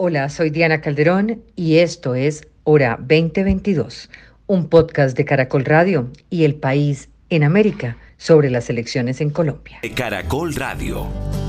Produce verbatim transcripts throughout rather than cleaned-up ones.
Hola, soy Diana Calderón y esto es Hora veinte veintidós, un podcast de Caracol Radio y El País en América sobre las elecciones en Colombia. De Caracol Radio.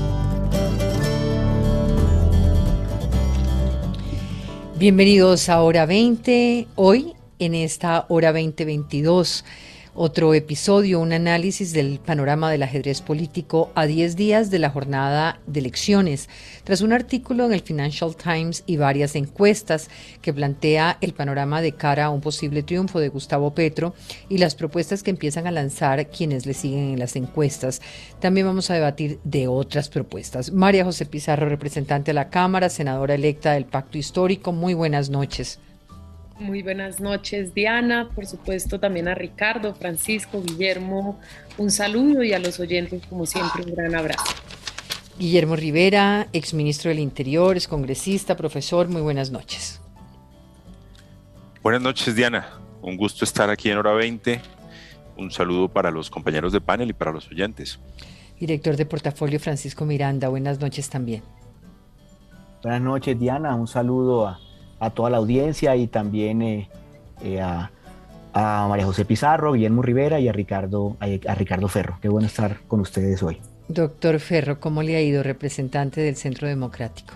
Bienvenidos a Hora veinte. Hoy, en esta Hora veinte veintidós, otro episodio, un análisis del panorama del ajedrez político a diez días de la jornada de elecciones, tras un artículo en el Financial Times y varias encuestas que plantea el panorama de cara a un posible triunfo de Gustavo Petro y las propuestas que empiezan a lanzar quienes le siguen en las encuestas. También vamos a debatir de otras propuestas. María José Pizarro, representante de la Cámara, senadora electa del Pacto Histórico, muy buenas noches. Muy buenas noches, Diana, por supuesto también a Ricardo, Francisco, Guillermo, un saludo y a los oyentes, como siempre, un gran abrazo. Guillermo Rivera, exministro del Interior, es congresista, profesor, muy buenas noches. Buenas noches, Diana, un gusto estar aquí en Hora veinte, un saludo para los compañeros de panel y para los oyentes. Director de Portafolio, Francisco Miranda, buenas noches también. Buenas noches, Diana, un saludo a a toda la audiencia y también eh, eh, a, a María José Pizarro, Guillermo Rivera y a Ricardo, a, a Ricardo Ferro. Qué bueno estar con ustedes hoy. Doctor Ferro, ¿cómo le ha ido, representante del Centro Democrático?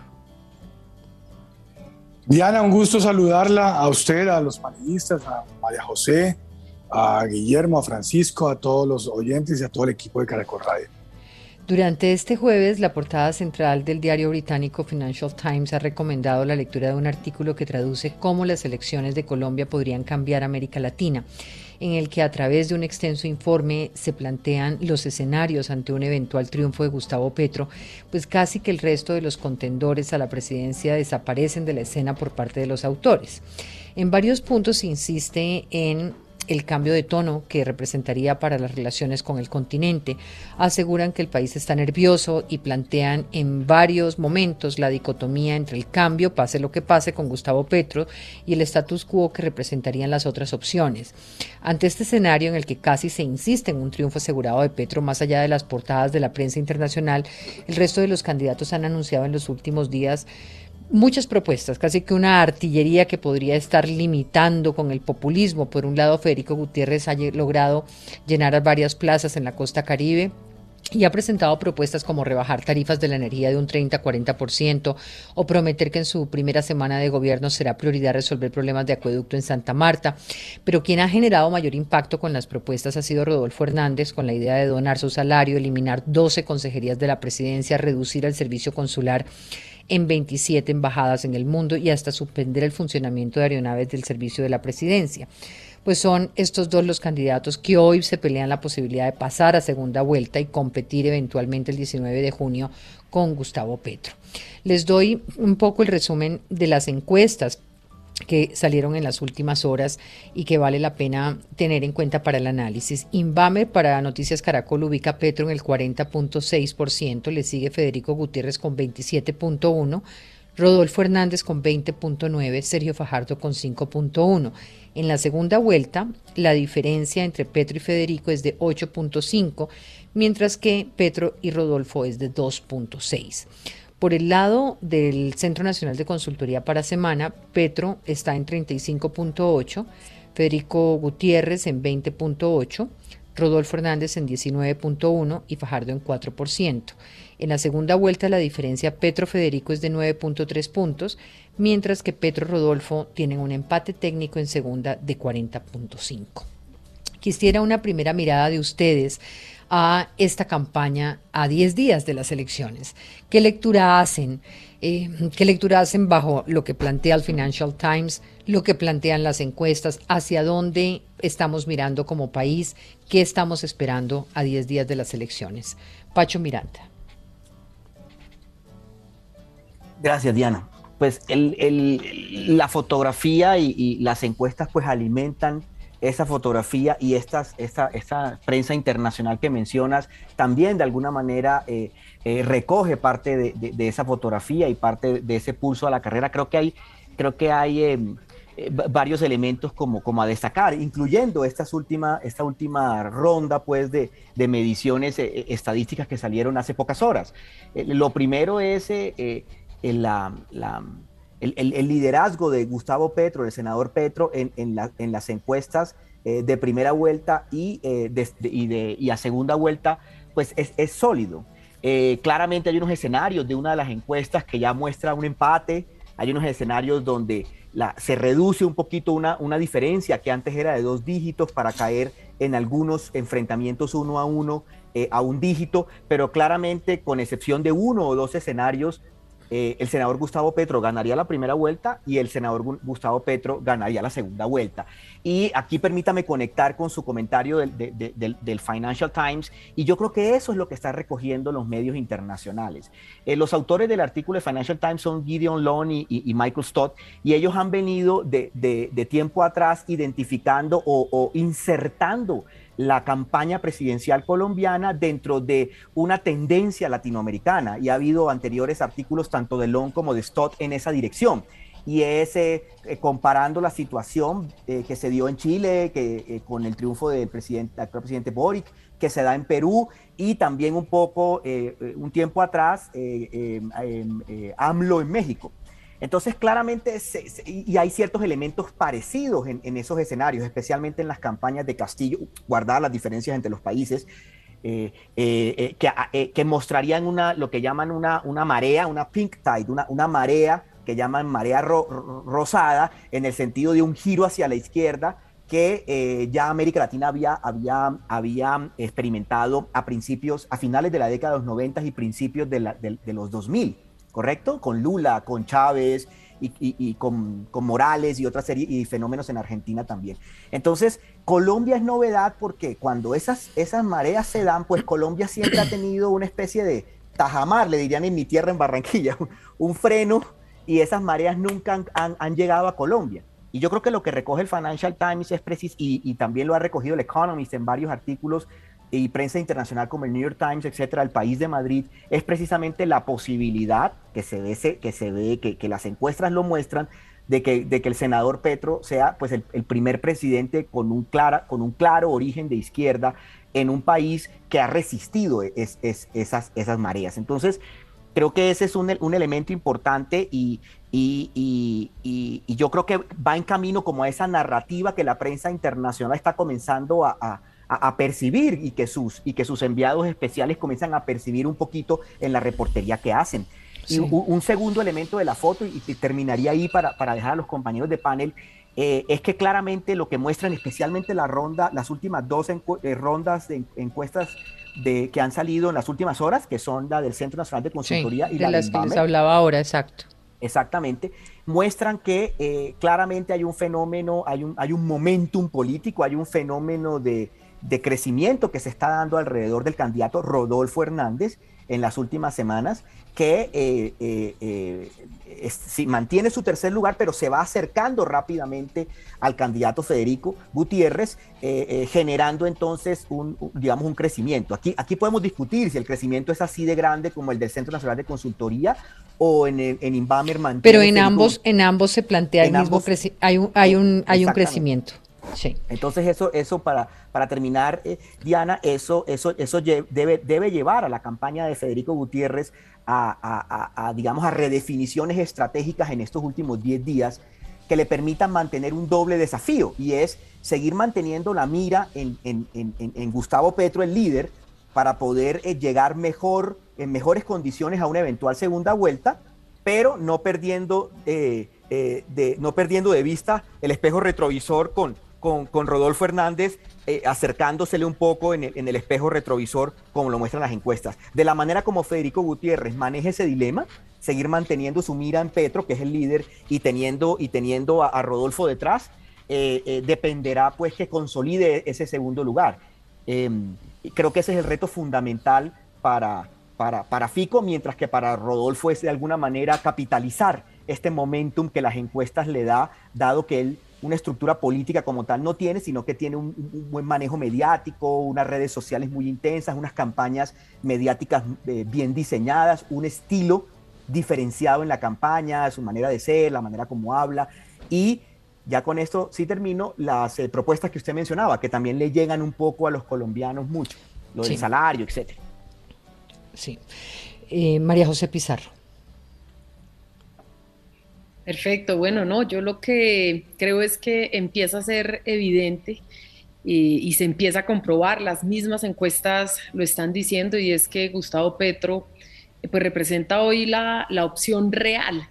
Diana, un gusto saludarla a usted, a los panelistas, a María José, a Guillermo, a Francisco, a todos los oyentes y a todo el equipo de Caracol Radio. Durante este jueves, la portada central del diario británico Financial Times ha recomendado la lectura de un artículo que traduce cómo las elecciones de Colombia podrían cambiar América Latina, en el que a través de un extenso informe se plantean los escenarios ante un eventual triunfo de Gustavo Petro, pues casi que el resto de los contendores a la presidencia desaparecen de la escena por parte de los autores. En varios puntos se insiste en el cambio de tono que representaría para las relaciones con el continente. Aseguran que el país está nervioso y plantean en varios momentos la dicotomía entre el cambio, pase lo que pase, con Gustavo Petro y el status quo que representarían las otras opciones. Ante este escenario en el que casi se insiste en un triunfo asegurado de Petro, más allá de las portadas de la prensa internacional, el resto de los candidatos han anunciado en los últimos días muchas propuestas, casi que una artillería que podría estar limitando con el populismo. Por un lado, Federico Gutiérrez ha logrado llenar varias plazas en la costa Caribe y ha presentado propuestas como rebajar tarifas de la energía de un treinta a cuarenta por ciento o prometer que en su primera semana de gobierno será prioridad resolver problemas de acueducto en Santa Marta. Pero quien ha generado mayor impacto con las propuestas ha sido Rodolfo Hernández, con la idea de donar su salario, eliminar doce consejerías de la presidencia, reducir el servicio consular en veintisiete embajadas en el mundo y hasta suspender el funcionamiento de aeronaves del servicio de la presidencia. Pues son estos dos los candidatos que hoy se pelean la posibilidad de pasar a segunda vuelta y competir eventualmente el diecinueve de junio con Gustavo Petro. Les doy un poco el resumen de las encuestas que salieron en las últimas horas y que vale la pena tener en cuenta para el análisis. Inbamer para Noticias Caracol ubica a Petro en el cuarenta punto seis por ciento, le sigue Federico Gutiérrez con veintisiete punto uno por ciento, Rodolfo Hernández con veinte punto nueve por ciento, Sergio Fajardo con cinco punto uno por ciento. En la segunda vuelta, la diferencia entre Petro y Federico es de ocho punto cinco por ciento, mientras que Petro y Rodolfo es de dos punto seis por ciento. Por el lado del Centro Nacional de Consultoría para Semana, Petro está en treinta y cinco punto ocho por ciento, Federico Gutiérrez en veinte punto ocho por ciento, Rodolfo Hernández en diecinueve punto uno por ciento y Fajardo en cuatro por ciento. En la segunda vuelta la diferencia Petro-Federico es de nueve punto tres puntos, mientras que Petro-Rodolfo tienen un empate técnico en segunda de cuarenta punto cinco. Quisiera una primera mirada de ustedes a esta campaña a diez días de las elecciones. ¿Qué lectura hacen? Eh, ¿Qué lectura hacen bajo lo que plantea el Financial Times, lo que plantean las encuestas? ¿Hacia dónde estamos mirando como país? ¿Qué estamos esperando a diez días de las elecciones? Pacho Miranda. Gracias, Diana. Pues el, el, la fotografía y, y las encuestas pues alimentan esa fotografía y estas, esta, esta prensa internacional que mencionas también de alguna manera eh, eh, recoge parte de, de, de esa fotografía y parte de ese pulso a la carrera. Creo que hay, creo que hay eh, eh, varios elementos como, como a destacar, incluyendo estas última, esta última ronda pues, de, de mediciones eh, estadísticas que salieron hace pocas horas. Eh, lo primero es eh, eh, la... la el, el, el liderazgo de Gustavo Petro, el senador Petro, en, en, la, en las encuestas eh, de primera vuelta y, eh, de, de, y, de, y a segunda vuelta, pues es, es sólido. Eh, claramente hay unos escenarios de una de las encuestas que ya muestra un empate, hay unos escenarios donde la, se reduce un poquito una, una diferencia que antes era de dos dígitos para caer en algunos enfrentamientos uno a uno eh, a un dígito, pero claramente con excepción de uno o dos escenarios, eh, el senador Gustavo Petro ganaría la primera vuelta y el senador Gustavo Petro ganaría la segunda vuelta. Y aquí permítame conectar con su comentario del, de, de, del, del Financial Times, y yo creo que eso es lo que están recogiendo los medios internacionales. Eh, los autores del artículo de Financial Times son Gideon Long y, y, y Michael Stott, y ellos han venido de, de, de tiempo atrás identificando o, o insertando la campaña presidencial colombiana dentro de una tendencia latinoamericana, y ha habido anteriores artículos tanto de Long como de Stott en esa dirección, y es eh, eh, comparando la situación eh, que se dio en Chile que, eh, con el triunfo del presidente, actual presidente Boric, que se da en Perú, y también un poco, eh, un tiempo atrás, eh, eh, eh, AMLO en México. Entonces, claramente, se, se, y hay ciertos elementos parecidos en, en esos escenarios, especialmente en las campañas de Castillo, guardadas las diferencias entre los países, eh, eh, eh, que, eh, que mostrarían una, lo que llaman una, una marea, una pink tide, una, una marea que llaman marea ro, ro, rosada, en el sentido de un giro hacia la izquierda, que eh, ya América Latina había, había, había experimentado a principios, a finales de la década de los noventa y principios de, la, de, de los dos mil. ¿Correcto? Con Lula, con Chávez y, y, y con, con Morales y otra serie y fenómenos en Argentina también. Entonces, Colombia es novedad porque cuando esas, esas mareas se dan, pues Colombia siempre ha tenido una especie de tajamar, le dirían en mi tierra, en Barranquilla, un freno, y esas mareas nunca han, han, han llegado a Colombia. Y yo creo que lo que recoge el Financial Times es preciso, y, y también lo ha recogido el Economist en varios artículos, y prensa internacional como el New York Times, etcétera, el País de Madrid, es precisamente la posibilidad que se ve, que, se ve, que, que las encuestas lo muestran, de que, de que el senador Petro sea pues el, el primer presidente con un, clara, con un claro origen de izquierda en un país que ha resistido es, es, esas, esas mareas. Entonces, creo que ese es un, un elemento importante, y, y, y, y, y yo creo que va en camino como a esa narrativa que la prensa internacional está comenzando a, a A, a percibir, y que, sus, y que sus enviados especiales comienzan a percibir un poquito en la reportería que hacen. Sí. Y un, un segundo elemento de la foto, y, y terminaría ahí para, para dejar a los compañeros de panel, eh, es que claramente lo que muestran, especialmente la ronda, las últimas dos encu eh, rondas de encuestas de, que han salido en las últimas horas, que son la del Centro Nacional de Consultoría, sí, y de la las del que les hablaba ahora, exacto. Exactamente, muestran que eh, claramente hay un fenómeno, hay un, hay un momentum político, hay un fenómeno de de crecimiento que se está dando alrededor del candidato Rodolfo Hernández en las últimas semanas, que eh, eh, eh, es, sí, mantiene su tercer lugar, pero se va acercando rápidamente al candidato Federico Gutiérrez, eh, eh, generando entonces un, un, digamos, un crecimiento. Aquí, aquí podemos discutir si el crecimiento es así de grande como el del Centro Nacional de Consultoría, o en, el, en Inbamer mantiene... Pero en ambos, en ambos se plantea el mismo crecimiento, hay un, hay un, hay un crecimiento. Sí. Entonces eso, eso para, para terminar, eh, Diana, eso, eso, eso debe, debe llevar a la campaña de Federico Gutiérrez a, a, a, a, digamos, a redefiniciones estratégicas en estos últimos diez días que le permitan mantener un doble desafío, y es seguir manteniendo la mira en, en, en, en Gustavo Petro, el líder, para poder eh, llegar mejor, en mejores condiciones a una eventual segunda vuelta, pero no perdiendo, eh, eh, de, no perdiendo de vista el espejo retrovisor con Con, con Rodolfo Hernández, eh, acercándosele un poco en el, en el espejo retrovisor, como lo muestran las encuestas. De la manera como Federico Gutiérrez maneja ese dilema, seguir manteniendo su mira en Petro, que es el líder, y teniendo, y teniendo a, a Rodolfo detrás, eh, eh, dependerá pues que consolide ese segundo lugar. Eh, creo que ese es el reto fundamental para, para, para Fico, mientras que para Rodolfo es de alguna manera capitalizar este momentum que las encuestas le da, dado que él una estructura política como tal no tiene, sino que tiene un, un buen manejo mediático, unas redes sociales muy intensas, unas campañas mediáticas eh, bien diseñadas, un estilo diferenciado en la campaña, su manera de ser, la manera como habla, y ya con esto sí termino, las eh, propuestas que usted mencionaba, que también le llegan un poco a los colombianos mucho, lo del sí. salario, etcétera. Sí. Eh, María José Pizarro. Perfecto, bueno, no, yo lo que creo es que empieza a ser evidente y, y se empieza a comprobar, las mismas encuestas lo están diciendo, y es que Gustavo Petro eh, pues representa hoy la, la opción real,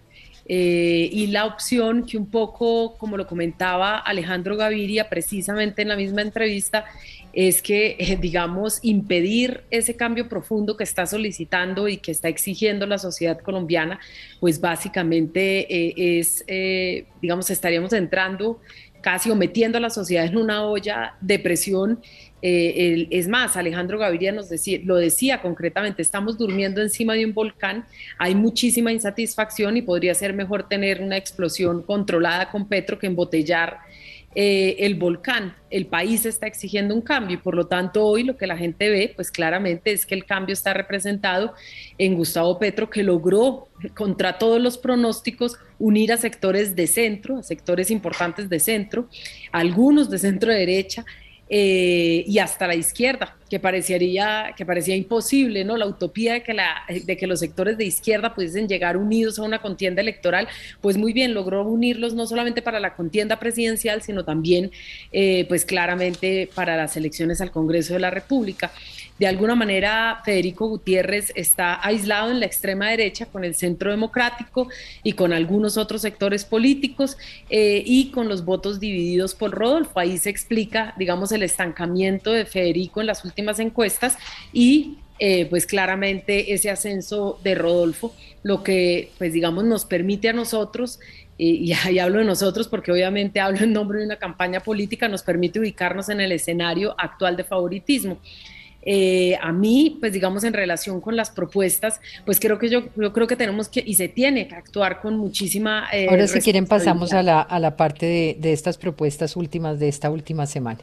eh, y la opción que un poco, como lo comentaba Alejandro Gaviria precisamente en la misma entrevista, es que, eh, digamos, impedir ese cambio profundo que está solicitando y que está exigiendo la sociedad colombiana, pues básicamente eh, es, eh, digamos, estaríamos entrando casi o metiendo a la sociedad en una olla de presión. Eh, el, es más, Alejandro Gaviria nos decía, lo decía concretamente, estamos durmiendo encima de un volcán, hay muchísima insatisfacción y podría ser mejor tener una explosión controlada con Petro que embotellar eh, el volcán. El país está exigiendo un cambio y por lo tanto hoy lo que la gente ve pues claramente es que el cambio está representado en Gustavo Petro, que logró contra todos los pronósticos unir a sectores de centro, a sectores importantes de centro, algunos de centro derecha, eh, y hasta la izquierda, que parecería, que parecía imposible, ¿no? La utopía de que, la, de que los sectores de izquierda pudiesen llegar unidos a una contienda electoral, pues muy bien, logró unirlos no solamente para la contienda presidencial, sino también, eh, pues claramente para las elecciones al Congreso de la República. De alguna manera, Federico Gutiérrez está aislado en la extrema derecha con el Centro Democrático y con algunos otros sectores políticos, eh, y con los votos divididos por Rodolfo. Ahí se explica, digamos, el estancamiento de Federico en las últimas encuestas y eh, pues claramente ese ascenso de Rodolfo, lo que pues digamos nos permite a nosotros, eh, y ahí hablo de nosotros porque obviamente hablo en nombre de una campaña política, nos permite ubicarnos en el escenario actual de favoritismo. Eh, a mí, pues digamos en relación con las propuestas, pues creo que yo, yo creo que tenemos que, y se tiene que actuar con muchísima eh, Ahora si quieren pasamos a la, a la parte de, de estas propuestas últimas de esta última semana.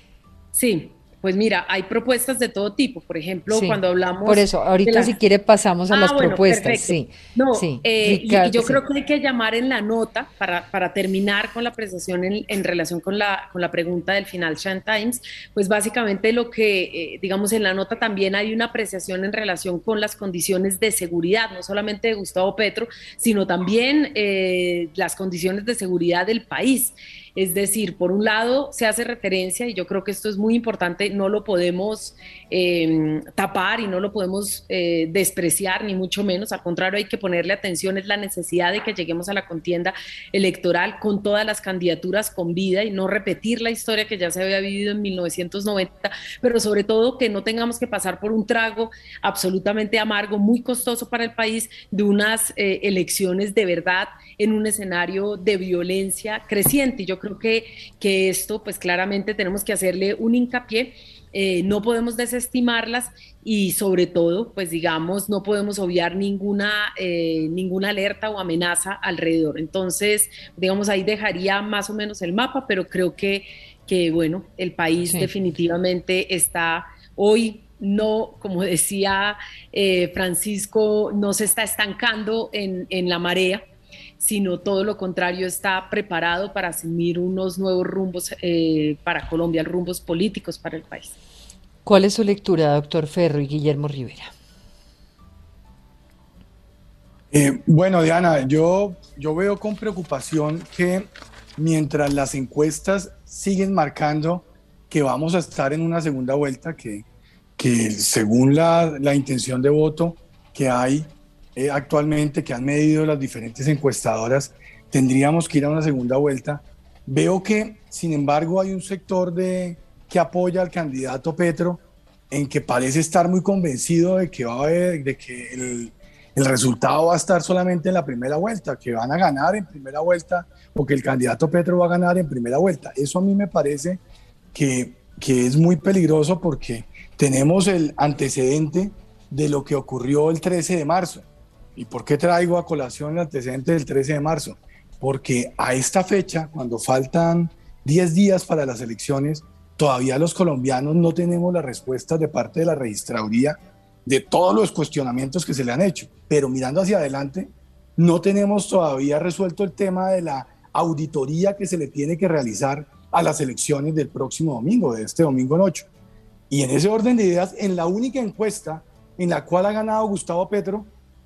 Sí. Pues mira, hay propuestas de todo tipo, por ejemplo, sí, cuando hablamos... Por eso, ahorita las... si quiere pasamos a ah, las bueno, propuestas, perfecto. sí. No, sí, eh, Ricardo, y yo sí. creo que hay que llamar en la nota, para, para terminar con la apreciación en, en relación con la, con la pregunta del Financial Times, pues básicamente lo que, eh, digamos, en la nota también hay una apreciación en relación con las condiciones de seguridad, no solamente de Gustavo Petro, sino también eh, las condiciones de seguridad del país. Es decir, por un lado se hace referencia, y yo creo que esto es muy importante, no lo podemos eh, tapar y no lo podemos eh, despreciar, ni mucho menos, al contrario hay que ponerle atención, es la necesidad de que lleguemos a la contienda electoral con todas las candidaturas con vida y no repetir la historia que ya se había vivido en mil novecientos noventa, pero sobre todo que no tengamos que pasar por un trago absolutamente amargo, muy costoso para el país, de unas eh, elecciones de verdad en un escenario de violencia creciente. Y yo creo que, que esto, pues claramente tenemos que hacerle un hincapié, eh, no podemos desestimarlas y sobre todo, pues digamos, no podemos obviar ninguna, eh, ninguna alerta o amenaza alrededor. Entonces, digamos, ahí dejaría más o menos el mapa, pero creo que, que bueno, el país sí. definitivamente está hoy... No, como decía eh, Francisco, no se está estancando en, en la marea, sino todo lo contrario, está preparado para asumir unos nuevos rumbos eh, para Colombia, rumbos políticos para el país. ¿Cuál es su lectura, doctor Ferro y Guillermo Rivera? Eh, bueno, Diana, yo, yo veo con preocupación que mientras las encuestas siguen marcando que vamos a estar en una segunda vuelta, que, que según la, la intención de voto que hay eh, actualmente, que han medido las diferentes encuestadoras, tendríamos que ir a una segunda vuelta. Veo que, sin embargo, hay un sector de, que apoya al candidato Petro, en que parece estar muy convencido de que, va a haber, de que el, el resultado va a estar solamente en la primera vuelta, que van a ganar en primera vuelta o que el candidato Petro va a ganar en primera vuelta. Eso a mí me parece que, que es muy peligroso porque tenemos el antecedente de lo que ocurrió el trece de marzo. ¿Y por qué traigo a colación el antecedente del trece de marzo? Porque a esta fecha, cuando faltan diez días para las elecciones, todavía los colombianos no tenemos las respuestas de parte de la registraduría de todos los cuestionamientos que se le han hecho. Pero mirando hacia adelante, no tenemos todavía resuelto el tema de la auditoría que se le tiene que realizar a las elecciones del próximo domingo, de este domingo en ocho. Y en ese orden de ideas, en la única encuesta en la cual ha ganado Gustavo Petro,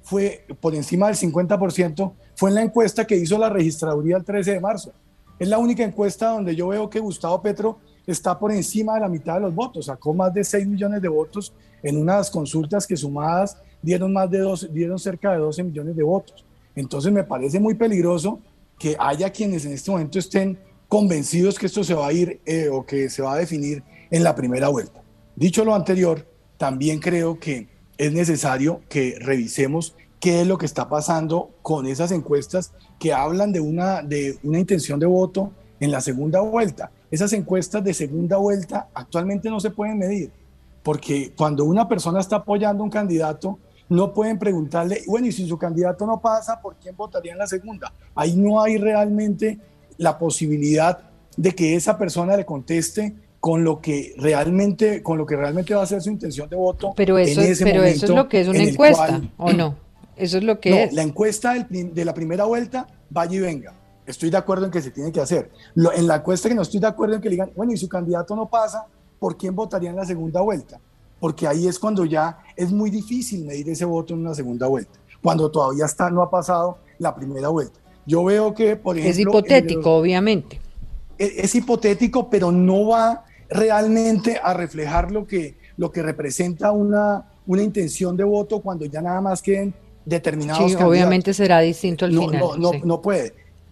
fue por encima del cincuenta por ciento, fue en la encuesta que hizo la registraduría el trece de marzo. Es la única encuesta donde yo veo que Gustavo Petro está por encima de la mitad de los votos, sacó más de seis millones de votos en unas consultas que sumadas dieron, más de dos, dieron cerca de doce millones de votos. Entonces me parece muy peligroso que haya quienes en este momento estén convencidos que esto se va a ir eh, o que se va a definir en la primera vuelta. Dicho lo anterior, también creo que es necesario que revisemos qué es lo que está pasando con esas encuestas que hablan de una, de una intención de voto en la segunda vuelta. Esas encuestas de segunda vuelta actualmente no se pueden medir, porque cuando una persona está apoyando a un candidato, no pueden preguntarle, bueno, y si su candidato no pasa, ¿por quién votaría en la segunda? Ahí no hay realmente la posibilidad de que esa persona le conteste con lo que realmente, con lo que realmente va a ser su intención de voto. Pero eso, en ese pero momento, eso es lo que es una encuesta, cual, ¿o no? Eso es lo que no, es. La encuesta del, de la primera vuelta, vaya y venga. Estoy de acuerdo en que se tiene que hacer. Lo, en la encuesta que no estoy de acuerdo en que le digan, bueno, y su candidato no pasa, ¿por quién votaría en la segunda vuelta? Porque ahí es cuando ya es muy difícil medir ese voto en una segunda vuelta, cuando todavía está, no ha pasado la primera vuelta. Yo veo que, por ejemplo... Es hipotético, los, obviamente. Es, es hipotético, pero no va realmente a reflejar lo que, lo que representa una, una intención de voto cuando ya nada más queden determinados sí, candidatos. Obviamente será distinto al no, final. No, no, sí. no puede.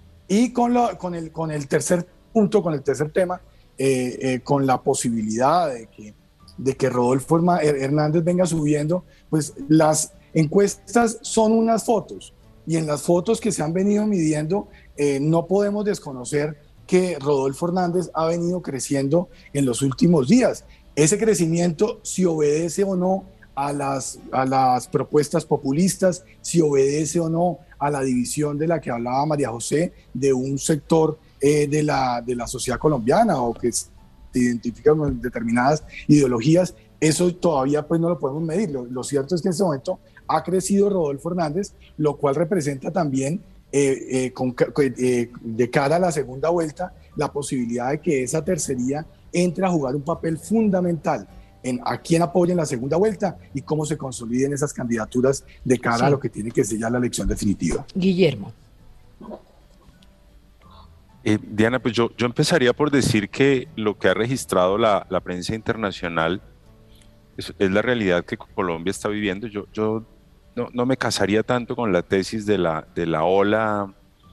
Y con, lo, con, el, con el tercer punto, con el tercer tema, eh, eh, con la posibilidad de que, de que Rodolfo Hernández venga subiendo, pues las encuestas son unas fotos, y en las fotos que se han venido midiendo eh, no podemos desconocer que Rodolfo Hernández ha venido creciendo en los últimos días. Ese crecimiento, si obedece o no a las, a las propuestas populistas, si obedece o no a la división de la que hablaba María José, de un sector eh, de, la, de la sociedad colombiana o que se identifica con determinadas ideologías, eso todavía pues no lo podemos medir. Lo, lo cierto es que en este momento ha crecido Rodolfo Hernández, lo cual representa también eh, eh, con, eh, de cara a la segunda vuelta la posibilidad de que esa tercería entre a jugar un papel fundamental en a quién apoya en la segunda vuelta y cómo se consoliden esas candidaturas de cara sí. a lo que tiene que ser ya la elección definitiva. Guillermo. Eh, Diana, pues yo, yo empezaría por decir que lo que ha registrado la, la prensa internacional es, es la realidad que Colombia está viviendo. Yo, yo no, no me casaría tanto con la tesis de la, de la ola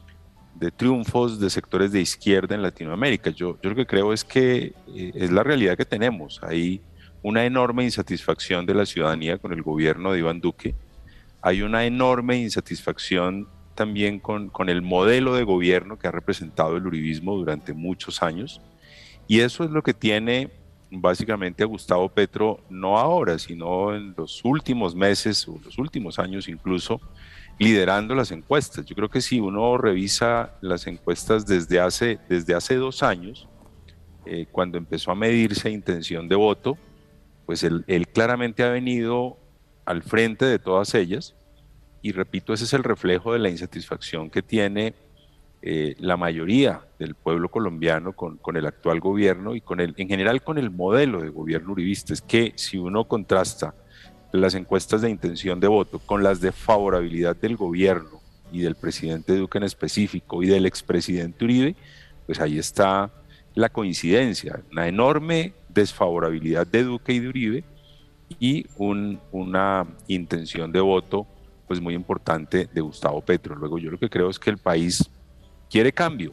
de triunfos de sectores de izquierda en Latinoamérica. Yo, yo lo que creo es que eh, es la realidad que tenemos. Hay una enorme insatisfacción de la ciudadanía con el gobierno de Iván Duque. Hay una enorme insatisfacción también con, con el modelo de gobierno que ha representado el uribismo durante muchos años. Y eso es lo que tiene básicamente a Gustavo Petro, no ahora, sino en los últimos meses o los últimos años incluso, liderando las encuestas. Yo creo que si uno revisa las encuestas desde hace, desde hace dos años, eh, cuando empezó a medirse intención de voto, pues él, él claramente ha venido al frente de todas ellas, y repito, ese es el reflejo de la insatisfacción que tiene eh, la mayoría del pueblo colombiano con, con el actual gobierno y con el, en general con el modelo de gobierno uribista. Es que si uno contrasta las encuestas de intención de voto con las de favorabilidad del gobierno y del presidente Duque en específico y del expresidente Uribe, pues ahí está la coincidencia, una enorme desfavorabilidad de Duque y de Uribe y un, una intención de voto pues muy importante de Gustavo Petro. Luego yo lo que creo es que el país quiere cambio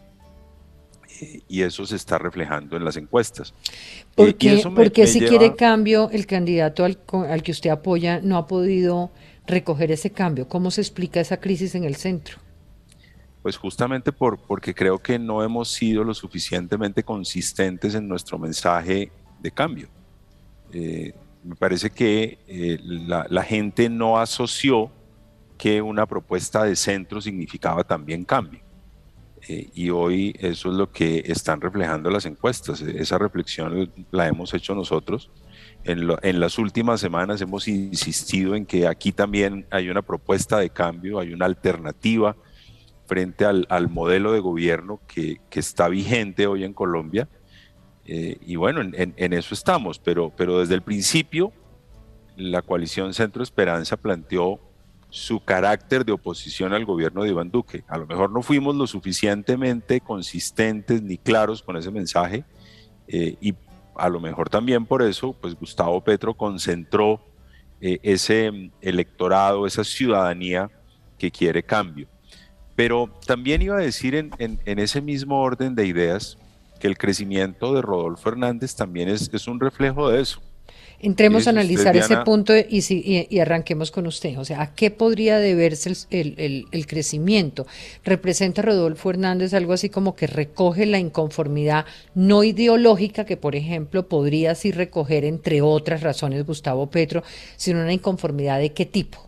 eh, y eso se está reflejando en las encuestas. ¿Por qué, eh, porque si lleva... quiere cambio, el candidato al, al que usted apoya no ha podido recoger ese cambio? ¿Cómo se explica esa crisis en el centro? Pues justamente por, porque creo que no hemos sido lo suficientemente consistentes en nuestro mensaje de cambio. Eh, me parece que eh, la, la gente no asoció que una propuesta de centro significaba también cambio. Eh, y hoy eso es lo que están reflejando las encuestas. Esa reflexión la hemos hecho nosotros. En, lo, en las últimas semanas hemos insistido en que aquí también hay una propuesta de cambio, hay una alternativa frente al, al modelo de gobierno que, que está vigente hoy en Colombia. Eh, y bueno, en, en, en eso estamos, pero, pero desde el principio la coalición Centro Esperanza planteó su carácter de oposición al gobierno de Iván Duque. A lo mejor no fuimos lo suficientemente consistentes ni claros con ese mensaje, eh, y a lo mejor también por eso, pues Gustavo Petro concentró eh, ese electorado, esa ciudadanía que quiere cambio. Pero también iba a decir en, en, en ese mismo orden de ideas que el crecimiento de Rodolfo Hernández también es, es un reflejo de eso. Entremos a Usted, analizar Diana, ese punto y, si, y, y arranquemos con usted. O sea, ¿a qué podría deberse el, el, el, el crecimiento? ¿Representa Rodolfo Hernández algo así como que recoge la inconformidad no ideológica que, por ejemplo, podría así recoger, entre otras razones, Gustavo Petro, sino una inconformidad de qué tipo?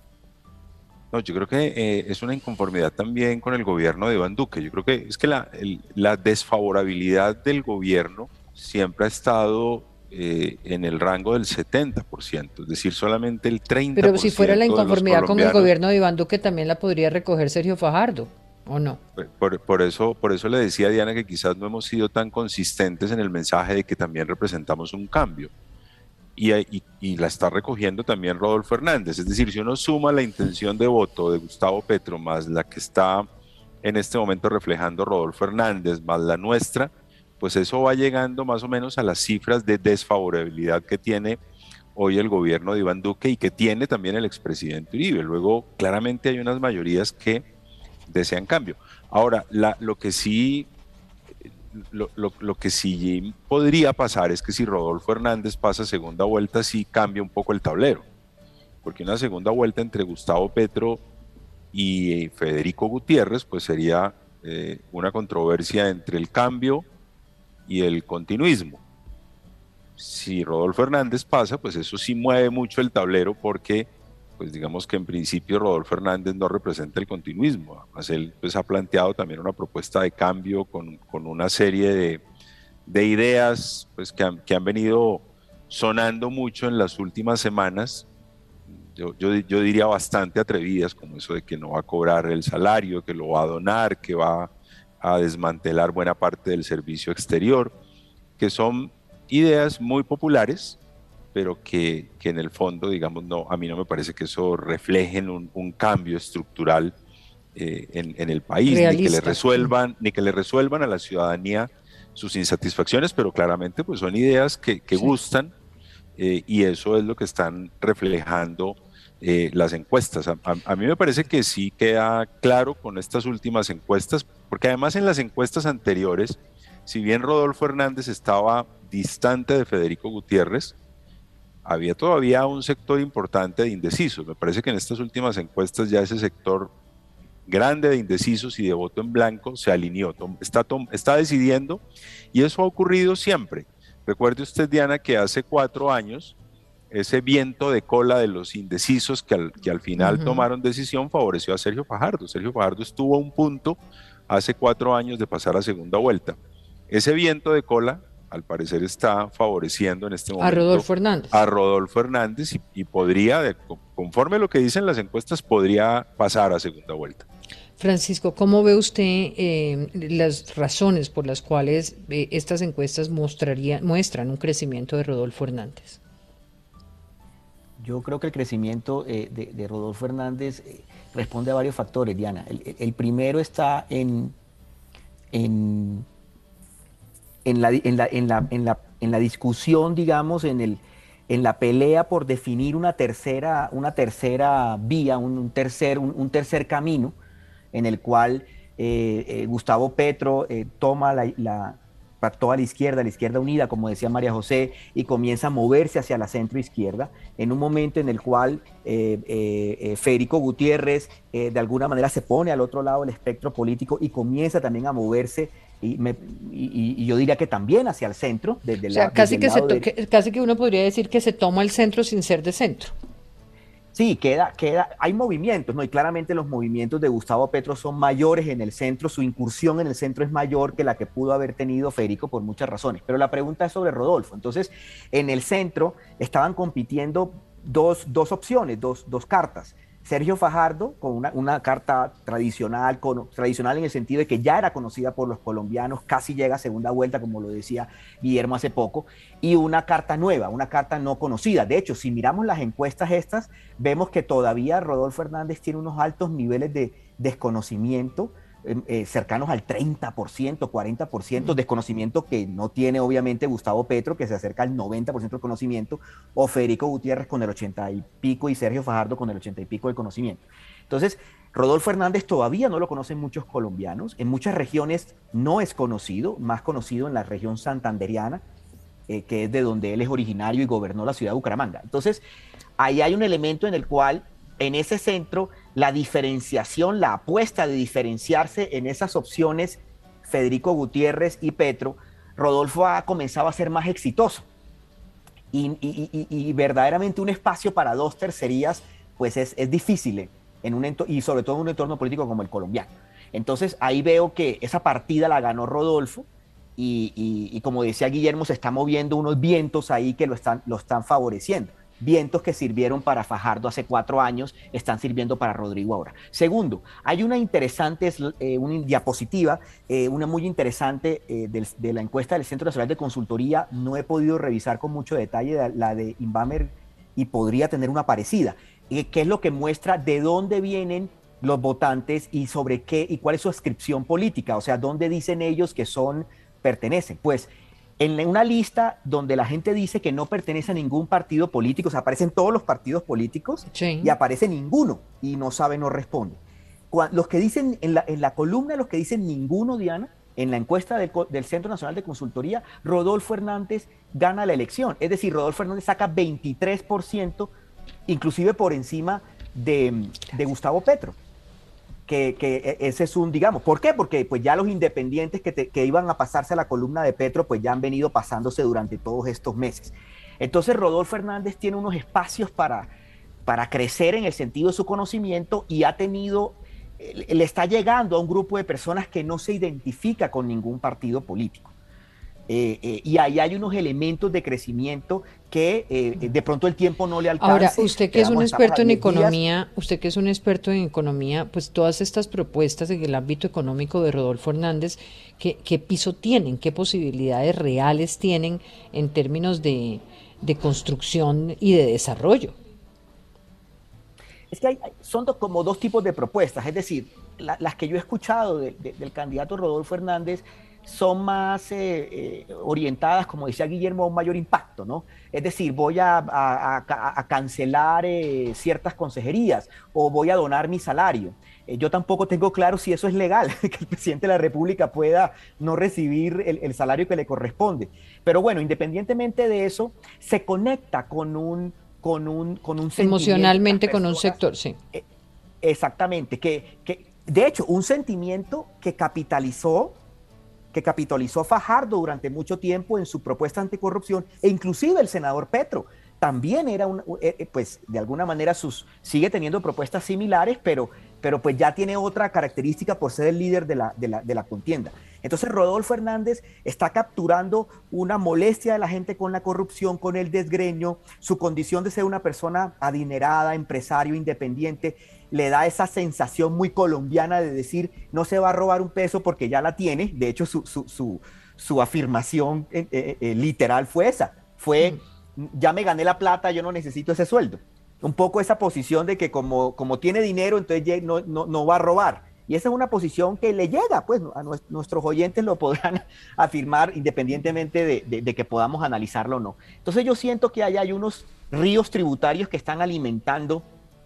No, yo creo que eh, es una inconformidad también con el gobierno de Iván Duque. Yo creo que es que la, el, la desfavorabilidad del gobierno siempre ha estado eh, en el rango del setenta por ciento, es decir, solamente el treinta por ciento. Pero si fuera la inconformidad con el gobierno de Iván Duque, también la podría recoger Sergio Fajardo, ¿o no? Por, por, eso, por eso le decía a Diana que quizás no hemos sido tan consistentes en el mensaje de que también representamos un cambio. Y, y, y la está recogiendo también Rodolfo Hernández. Es decir, si uno suma la intención de voto de Gustavo Petro más la que está en este momento reflejando Rodolfo Hernández más la nuestra, pues eso va llegando más o menos a las cifras de desfavorabilidad que tiene hoy el gobierno de Iván Duque y que tiene también el expresidente Uribe. Luego, claramente hay unas mayorías que desean cambio. Ahora, la, lo que sí... Lo, lo, lo que sí podría pasar es que si Rodolfo Hernández pasa segunda vuelta, sí cambia un poco el tablero, porque una segunda vuelta entre Gustavo Petro y Federico Gutiérrez, pues sería eh, una controversia entre el cambio y el continuismo. Si Rodolfo Hernández pasa, pues eso sí mueve mucho el tablero, porque pues digamos que en principio Rodolfo Hernández no representa el continuismo. Además, él pues, ha planteado también una propuesta de cambio con, con una serie de, de ideas pues, que, han, que han venido sonando mucho en las últimas semanas. Yo, yo, yo diría bastante atrevidas, como eso de que no va a cobrar el salario, que lo va a donar, que va a desmantelar buena parte del servicio exterior, que son ideas muy populares, pero que, que en el fondo, digamos, no, a mí no me parece que eso refleje un, un cambio estructural eh, en, en el país, ni que, le resuelvan, ni que le resuelvan a la ciudadanía sus insatisfacciones, pero claramente pues son ideas que, que sí. gustan eh, y eso es lo que están reflejando eh, las encuestas. A, a, a mí me parece que sí queda claro con estas últimas encuestas, porque además en las encuestas anteriores, si bien Rodolfo Hernández estaba distante de Federico Gutiérrez, había todavía un sector importante de indecisos. Me parece que en estas últimas encuestas ya ese sector grande de indecisos y de voto en blanco se alineó, está, está decidiendo, y eso ha ocurrido siempre. Recuerde usted, Diana, que hace cuatro años ese viento de cola de los indecisos que al, que al final uh-huh. tomaron decisión favoreció a Sergio Fajardo. Sergio Fajardo estuvo a un punto hace cuatro años de pasar a segunda vuelta. Ese viento de cola al parecer está favoreciendo en este momento a Rodolfo Hernández, a Rodolfo Hernández y, y podría, conforme a lo que dicen las encuestas, podría pasar a segunda vuelta. Francisco, ¿cómo ve usted eh, las razones por las cuales eh, estas encuestas mostraría, muestran un crecimiento de Rodolfo Hernández? Yo creo que el crecimiento eh, de, de Rodolfo Hernández eh, responde a varios factores, Diana. El, el primero está en... en En la, en, la, en, la, en, la, en la discusión, digamos, en, el, en la pelea por definir una tercera, una tercera vía, un, un, tercer, un, un tercer camino, en el cual eh, eh, Gustavo Petro eh, toma la, la, toda la izquierda, la izquierda unida, como decía María José, y comienza a moverse hacia la centro izquierda, en un momento en el cual eh, eh, Federico Gutiérrez eh, de alguna manera se pone al otro lado del espectro político y comienza también a moverse. Y, me, y, y yo diría que también hacia el centro. Desde o sea, la, casi, desde que se de... que, casi que uno podría decir que se toma el centro sin ser de centro. Sí, queda, queda, hay movimientos, ¿no? Y claramente los movimientos de Gustavo Petro son mayores en el centro, su incursión en el centro es mayor que la que pudo haber tenido Federico por muchas razones. Pero la pregunta es sobre Rodolfo. Entonces, en el centro estaban compitiendo dos, dos opciones, dos, dos cartas. Sergio Fajardo, con una, una carta tradicional, con, tradicional en el sentido de que ya era conocida por los colombianos, casi llega a segunda vuelta, como lo decía Guillermo hace poco, y una carta nueva, una carta no conocida. De hecho, si miramos las encuestas estas, vemos que todavía Rodolfo Hernández tiene unos altos niveles de desconocimiento, Eh, cercanos al treinta por ciento, cuarenta por ciento, desconocimiento que no tiene obviamente Gustavo Petro, que se acerca al noventa por ciento del conocimiento, o Federico Gutiérrez con el ochenta y pico y Sergio Fajardo con el ochenta y pico del conocimiento. Entonces, Rodolfo Hernández todavía no lo conocen muchos colombianos, en muchas regiones no es conocido, más conocido en la región santanderiana, eh, que es de donde él es originario y gobernó la ciudad de Bucaramanga. Entonces, ahí hay un elemento en el cual en ese centro, la diferenciación, la apuesta de diferenciarse en esas opciones, Federico Gutiérrez y Petro, Rodolfo ha comenzado a ser más exitoso. Y, y, y, y verdaderamente un espacio para dos tercerías, pues es, es difícil, en un entorno, y sobre todo en un entorno político como el colombiano. Entonces ahí veo que esa partida la ganó Rodolfo, y, y, y como decía Guillermo, se están moviendo unos vientos ahí que lo están, lo están favoreciendo. Vientos que sirvieron para Fajardo hace cuatro años, están sirviendo para Rodrigo ahora. Segundo, hay una interesante eh, una diapositiva, eh, una muy interesante eh, del, de la encuesta del Centro Nacional de Consultoría. No he podido revisar con mucho detalle la de Inbamer y podría tener una parecida, eh, que es lo que muestra de dónde vienen los votantes y sobre qué y cuál es su adscripción política, o sea, dónde dicen ellos que son, pertenecen. Pues en una lista donde la gente dice que no pertenece a ningún partido político, o sea, aparecen todos los partidos políticos, sí, y aparece ninguno y no sabe, no responde. Los que dicen, en la, en la columna, los que dicen ninguno, Diana, en la encuesta del, del Centro Nacional de Consultoría, Rodolfo Hernández gana la elección. Es decir, Rodolfo Hernández saca veintitrés por ciento, inclusive por encima de, de Gustavo Petro. Que, que ese es un, digamos, ¿por qué? Porque pues ya los independientes que, te, que iban a pasarse a la columna de Petro, pues ya han venido pasándose durante todos estos meses. Entonces Rodolfo Hernández tiene unos espacios para, para crecer en el sentido de su conocimiento y ha tenido, le está llegando a un grupo de personas que no se identifica con ningún partido político. Eh, eh, y ahí hay unos elementos de crecimiento que eh, de pronto el tiempo no le alcanza. Ahora, usted que es un experto en economía, días. usted que es un experto en economía, pues todas estas propuestas en el ámbito económico de Rodolfo Hernández, ¿qué, qué piso tienen? ¿Qué posibilidades reales tienen en términos de, de construcción y de desarrollo? Es que hay, son dos, como dos tipos de propuestas, es decir, la, las que yo he escuchado de, de, del candidato Rodolfo Hernández son más eh, eh, orientadas, como decía Guillermo, a un mayor impacto, ¿no? Es decir, voy a, a, a, a cancelar eh, ciertas consejerías o voy a donar mi salario. Eh, yo tampoco tengo claro si eso es legal, que el presidente de la República pueda no recibir el, el salario que le corresponde. Pero bueno, independientemente de eso, se conecta con un, con un, con un sentimiento. Emocionalmente con un sector, sí. Eh, exactamente, que, que de hecho, un sentimiento que capitalizó que capitalizó Fajardo durante mucho tiempo en su propuesta anticorrupción, e inclusive el senador Petro también era un, eh, pues de alguna manera sus, sigue teniendo propuestas similares, pero, pero pues ya tiene otra característica por ser el líder de la, de la, de la contienda. Entonces Rodolfo Hernández está capturando una molestia de la gente con la corrupción, con el desgreño, su condición de ser una persona adinerada, empresario, independiente, le da esa sensación muy colombiana de decir, no se va a robar un peso porque ya la tiene. De hecho, su, su, su, su afirmación eh, eh, literal fue esa, fue, ya me gané la plata, yo no necesito ese sueldo. Un poco esa posición de que como, como tiene dinero, entonces no, no, no va a robar. Y esa es una posición que le llega, pues a nuestros oyentes lo podrán afirmar independientemente de, de, de que podamos analizarlo o no. Entonces yo siento que ahí hay unos ríos tributarios que están alimentando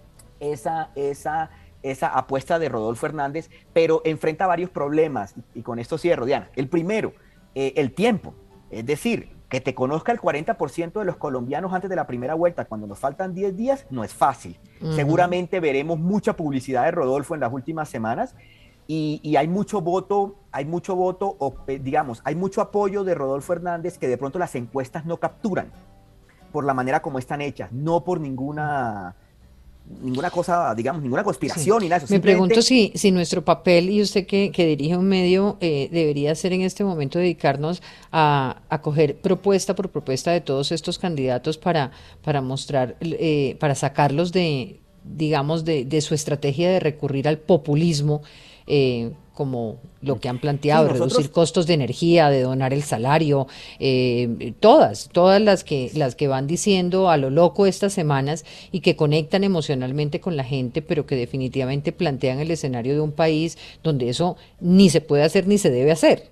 esa, esa, esa apuesta de Rodolfo Hernández, pero enfrenta varios problemas, y, y con esto cierro, Diana. El primero, eh, el tiempo, es decir, que te conozca el cuarenta por ciento de los colombianos antes de la primera vuelta, cuando nos faltan diez días, no es fácil. Uh-huh. Seguramente veremos mucha publicidad de Rodolfo en las últimas semanas, y, y hay mucho voto, hay mucho voto, o eh, digamos, hay mucho apoyo de Rodolfo Hernández que de pronto las encuestas no capturan, por la manera como están hechas, no por ninguna... ninguna cosa, digamos, ninguna conspiración sí. ni nada. Eso. Me Simplemente... pregunto si, si nuestro papel, y usted que, que dirige un medio, eh, debería ser en este momento dedicarnos a, a coger propuesta por propuesta de todos estos candidatos para, para mostrar, eh, para sacarlos de, digamos, de, de su estrategia de recurrir al populismo, eh, como lo que han planteado, sí, nosotros... reducir costos de energía, de donar el salario, eh, todas, todas las que, las que van diciendo a lo loco estas semanas y que conectan emocionalmente con la gente, pero que definitivamente plantean el escenario de un país donde eso ni se puede hacer ni se debe hacer.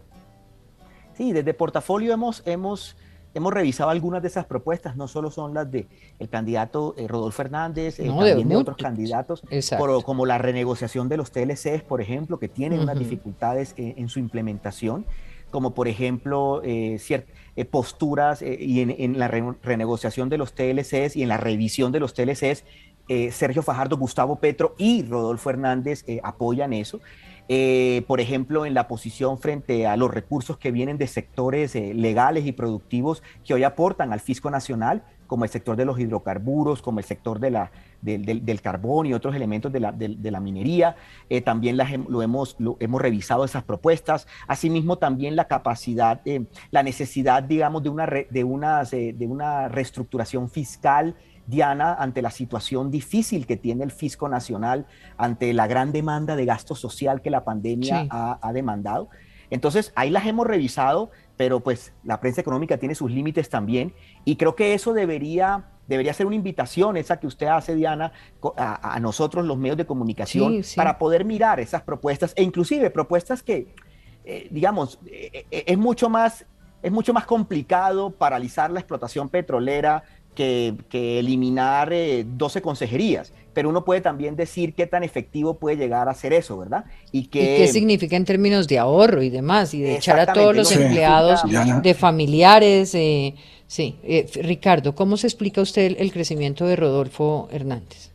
Sí, desde Portafolio hemos, hemos, hemos revisado algunas de esas propuestas, no solo son las del candidato eh, Rodolfo Hernández, eh, no, también de, de otros candidatos, por, como la renegociación de los T L Cs, por ejemplo, que tienen uh-huh. unas dificultades eh, en su implementación, como por ejemplo eh, eh, posturas eh, y en, en la re renegociación de los T L Cs y en la revisión de los T L Cs, eh, Sergio Fajardo, Gustavo Petro y Rodolfo Hernández eh, apoyan eso. Eh, por ejemplo, en la posición frente a los recursos que vienen de sectores eh, legales y productivos que hoy aportan al fisco nacional, como el sector de los hidrocarburos, como el sector de la, de, de, del carbón y otros elementos de la, de, de la minería. Eh, también las, lo hemos, lo, hemos revisado esas propuestas. Asimismo, también la capacidad, eh, la necesidad, digamos, de una, re, de, unas, eh, de una reestructuración fiscal, Diana, ante la situación difícil que tiene el fisco nacional, ante la gran demanda de gasto social que la pandemia sí. ha, ha demandado. Entonces, ahí las hemos revisado, pero pues la prensa económica tiene sus límites también, y creo que eso debería, debería ser una invitación, esa que usted hace, Diana, a, a nosotros, los medios de comunicación, sí, sí. para poder mirar esas propuestas, e inclusive propuestas que, eh, digamos, eh, eh, es, mucho más, es mucho más complicado paralizar la explotación petrolera, Que, que eliminar eh, doce consejerías, pero uno puede también decir qué tan efectivo puede llegar a ser eso, ¿verdad? Y, que, ¿Y qué significa en términos de ahorro y demás, y de echar a todos los sí. empleados sí. de familiares. Eh, sí, eh, Ricardo, ¿cómo se explica usted el, el crecimiento de Rodolfo Hernández?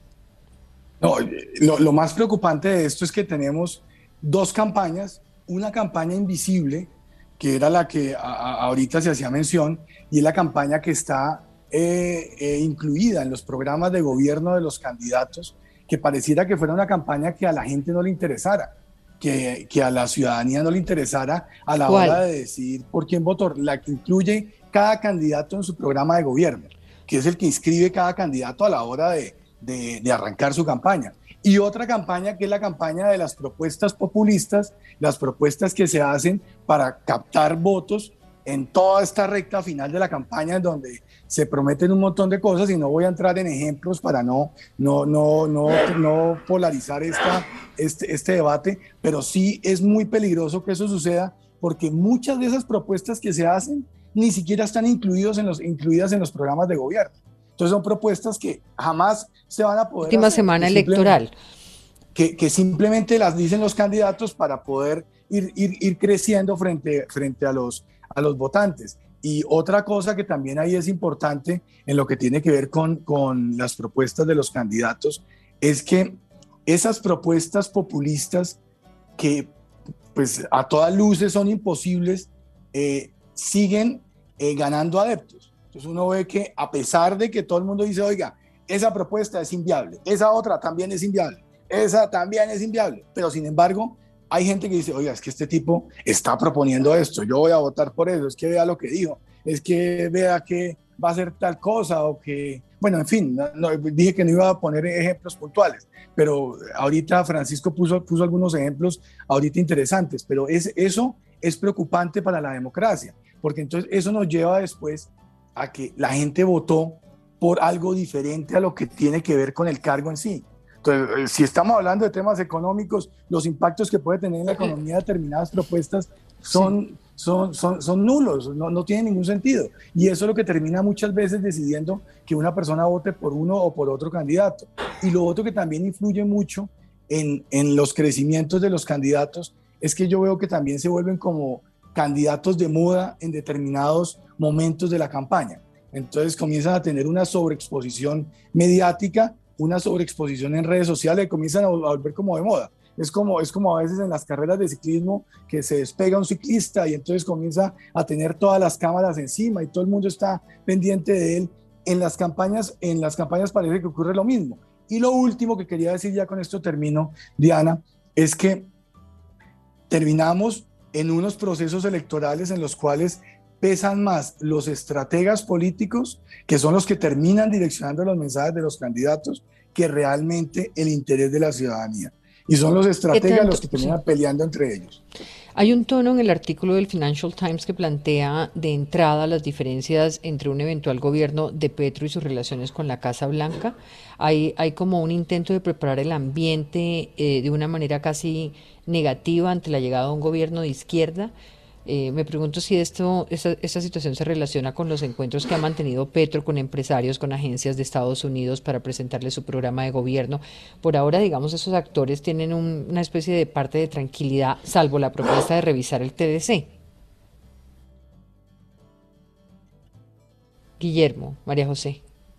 No, lo, lo más preocupante de esto es que tenemos dos campañas, una campaña invisible, que era la que a, a, ahorita se hacía mención, y es la campaña que está Eh, eh, incluida en los programas de gobierno de los candidatos, que pareciera que fuera una campaña que a la gente no le interesara, que, que a la ciudadanía no le interesara a la ¿Cuál? hora de decidir por quién votar, la que incluye cada candidato en su programa de gobierno, que es el que inscribe cada candidato a la hora de, de, de arrancar su campaña. Y otra campaña que es la campaña de las propuestas populistas, las propuestas que se hacen para captar votos en toda esta recta final de la campaña, en donde se prometen un montón de cosas, y no voy a entrar en ejemplos para no, no, no, no, no polarizar esta, este, este debate, pero sí es muy peligroso que eso suceda, porque muchas de esas propuestas que se hacen ni siquiera están incluidos en los, incluidas en los programas de gobierno. Entonces son propuestas que jamás se van a poder Última hacer, semana electoral. Que, que simplemente las dicen los candidatos para poder ir, ir, ir creciendo frente, frente a los a los votantes. Y otra cosa que también ahí es importante en lo que tiene que ver con, con las propuestas de los candidatos es que esas propuestas populistas que pues a todas luces son imposibles, eh, siguen eh, ganando adeptos. Entonces uno ve que a pesar de que todo el mundo dice, oiga, esa propuesta es inviable, esa otra también es inviable, esa también es inviable, pero sin embargo hay gente que dice, oiga, es que este tipo está proponiendo esto, yo voy a votar por eso, es que vea lo que dijo, es que vea que va a hacer tal cosa, o que, bueno, en fin, no, no, dije que no iba a poner ejemplos puntuales, pero ahorita Francisco puso, puso algunos ejemplos ahorita interesantes, pero es, eso es preocupante para la democracia, porque entonces eso nos lleva después a que la gente votó por algo diferente a lo que tiene que ver con el cargo en sí. Entonces, si estamos hablando de temas económicos, los impactos que puede tener en la economía determinadas propuestas son, sí. son, son, son nulos, no, no tienen ningún sentido. Y eso es lo que termina muchas veces decidiendo que una persona vote por uno o por otro candidato. Y lo otro que también influye mucho en, en los crecimientos de los candidatos es que yo veo que también se vuelven como candidatos de moda en determinados momentos de la campaña. Entonces comienzan a tener una sobreexposición mediática, una sobreexposición en redes sociales, comienzan a volver como de moda. Es como, es como a veces en las carreras de ciclismo que se despega un ciclista y entonces comienza a tener todas las cámaras encima y todo el mundo está pendiente de él. En las campañas, en las campañas parece que ocurre lo mismo. Y lo último que quería decir, ya con esto termino, Diana, es que terminamos en unos procesos electorales en los cuales pesan más los estrategas políticos, que son los que terminan direccionando los mensajes de los candidatos, que realmente el interés de la ciudadanía. Y son los estrategas los que terminan sí. peleando entre ellos. Hay un tono en el artículo del Financial Times que plantea de entrada las diferencias entre un eventual gobierno de Petro y sus relaciones con la Casa Blanca. Hay, hay como un intento de preparar el ambiente eh, de una manera casi negativa ante la llegada de un gobierno de izquierda. Eh, me pregunto si esto, esta, esta situación se relaciona con los encuentros que ha mantenido Petro con empresarios, con agencias de Estados Unidos para presentarles su programa de gobierno. Por ahora, digamos, esos actores tienen un, una especie de parte de tranquilidad, salvo la propuesta de revisar el T D C. Guillermo, María José.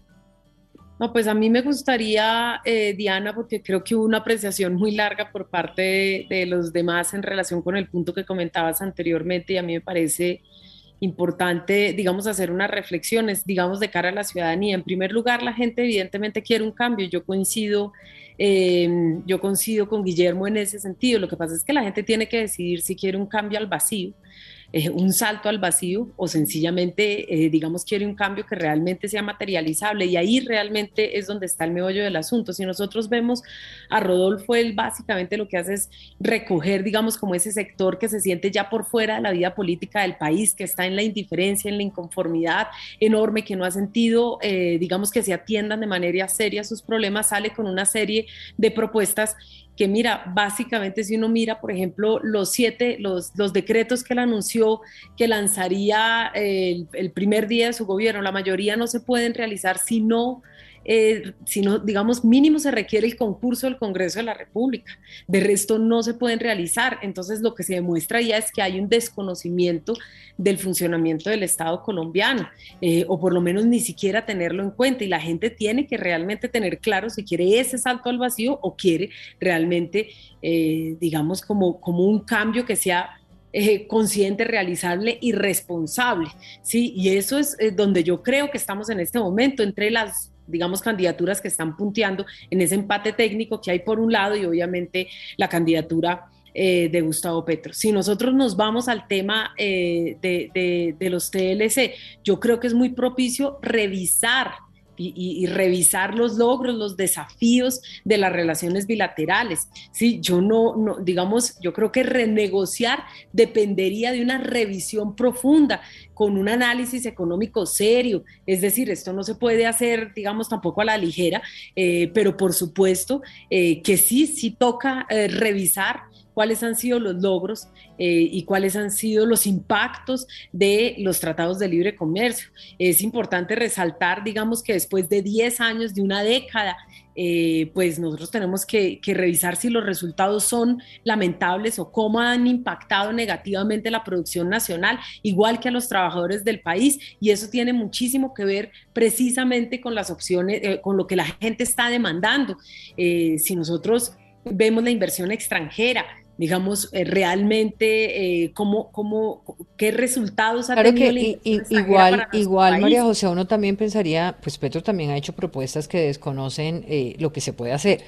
No, pues a mí me gustaría, eh, Diana, porque creo que hubo una apreciación muy larga por parte de, de los demás en relación con el punto que comentabas anteriormente, y a mí me parece importante, digamos, hacer unas reflexiones, digamos, de cara a la ciudadanía. En primer lugar, la gente evidentemente quiere un cambio. Yo coincido, eh, yo coincido con Guillermo en ese sentido. Lo que pasa es que la gente tiene que decidir si quiere un cambio al vacío, eh, un salto al vacío, o sencillamente, eh, digamos, quiere un cambio que realmente sea materializable, y ahí realmente es donde está el meollo del asunto. Si nosotros vemos a Rodolfo, él básicamente lo que hace es recoger, digamos, como ese sector que se siente ya por fuera de la vida política del país, que está en la indiferencia, en la inconformidad enorme, que no ha sentido, eh, digamos, que se atiendan de manera seria sus problemas. Sale con una serie de propuestas que, mira, básicamente si uno mira, por ejemplo, los siete, los, los decretos que él anunció que lanzaría el, el primer día de su gobierno, la mayoría no se pueden realizar si no, eh, si no, digamos, mínimo se requiere el concurso del Congreso de la República. De resto no se pueden realizar. Entonces lo que se demuestra ya es que hay un desconocimiento del funcionamiento del Estado colombiano, eh, o por lo menos ni siquiera tenerlo en cuenta, y la gente tiene que realmente tener claro si quiere ese salto al vacío o quiere realmente, eh, digamos, como, como un cambio que sea Eh, consciente, realizable y responsable, ¿sí? Y eso es eh, donde yo creo que estamos en este momento, entre las, digamos, candidaturas que están punteando en ese empate técnico que hay por un lado, y obviamente la candidatura eh, de Gustavo Petro. Si nosotros nos vamos al tema eh, de, de, de los T L C, yo creo que es muy propicio revisar Y, y, y revisar los logros, los desafíos de las relaciones bilaterales. Sí, yo no, no, digamos, yo creo que renegociar dependería de una revisión profunda, con un análisis económico serio. Es decir, esto no se puede hacer, digamos, tampoco a la ligera, eh, pero por supuesto eh, que sí, sí toca eh, revisar cuáles han sido los logros eh, y cuáles han sido los impactos de los tratados de libre comercio. Es importante resaltar, digamos, que después de diez años, de una década, eh, pues nosotros tenemos que, que revisar si los resultados son lamentables o cómo han impactado negativamente la producción nacional, igual que a los trabajadores del país, y eso tiene muchísimo que ver precisamente con las opciones, eh, con lo que la gente está demandando. Eh, si nosotros vemos la inversión extranjera, digamos, eh, realmente eh, cómo, cómo, qué resultados ha claro tenido que la y, igual, igual país. María José, uno también pensaría, pues Petro también ha hecho propuestas que desconocen eh, lo que se puede hacer.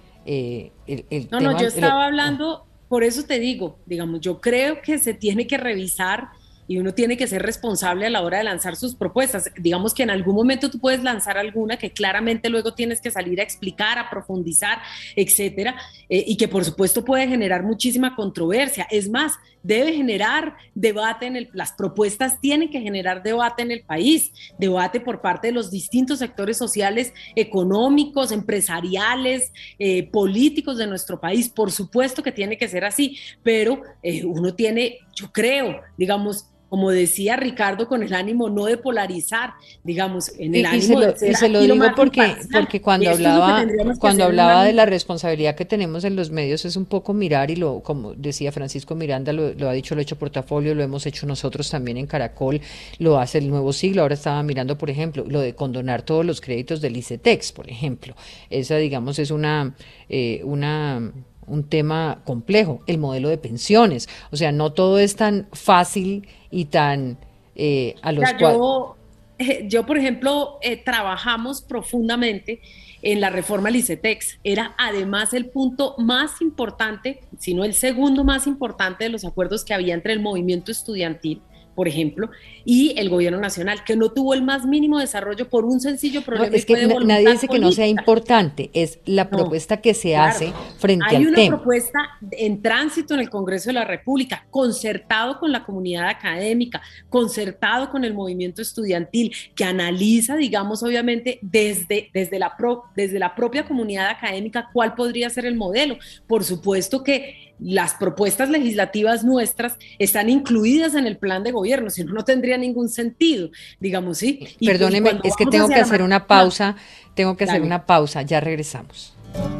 Eh, el, el no, tema, no, yo estaba el, hablando, por eso te digo, digamos, yo creo que se tiene que revisar y uno tiene que ser responsable a la hora de lanzar sus propuestas. Digamos que en algún momento tú puedes lanzar alguna que claramente luego tienes que salir a explicar, a profundizar, etcétera, eh, y que por supuesto puede generar muchísima controversia. Es más, debe generar debate en el, las propuestas tienen que generar debate en el país, debate por parte de los distintos sectores sociales, económicos, empresariales, eh, políticos de nuestro país. Por supuesto que tiene que ser así, pero eh, uno tiene, yo creo, digamos, como decía Ricardo, con el ánimo no de polarizar, digamos, en el y, ánimo y se lo, de ser y se lo digo porque, porque cuando hablaba, cuando hablaba de la responsabilidad que tenemos en los medios es un poco mirar, y lo, como decía Francisco Miranda, lo, lo ha dicho, lo ha hecho Portafolio, lo hemos hecho nosotros también en Caracol, lo hace el Nuevo Siglo. Ahora estaba mirando, por ejemplo, lo de condonar todos los créditos del ICETEX, por ejemplo. Esa, digamos, es una, eh, una un tema complejo, el modelo de pensiones. O sea, no todo es tan fácil y tan eh, a los cuales... Yo, eh, yo, por ejemplo, eh, trabajamos profundamente en la reforma al ICETEX. Era además el punto más importante, si no el segundo más importante de los acuerdos que había entre el movimiento estudiantil, por ejemplo, y el gobierno nacional, que no tuvo el más mínimo desarrollo por un sencillo problema. No, es que nadie dice política. Que no sea importante, es la propuesta no, que se claro, hace frente hay al una tema. Propuesta en tránsito en el Congreso de la República, concertado con la comunidad académica, concertado con el movimiento estudiantil, que analiza, digamos, obviamente, desde, desde, la, pro, desde la propia comunidad académica, cuál podría ser el modelo. Por supuesto que las propuestas legislativas nuestras están incluidas en el plan de gobierno, si no, no tendría ningún sentido, digamos, ¿sí? Y Perdóneme, pues es que tengo que hacer una pausa, tengo que Dale. hacer una pausa, ya regresamos.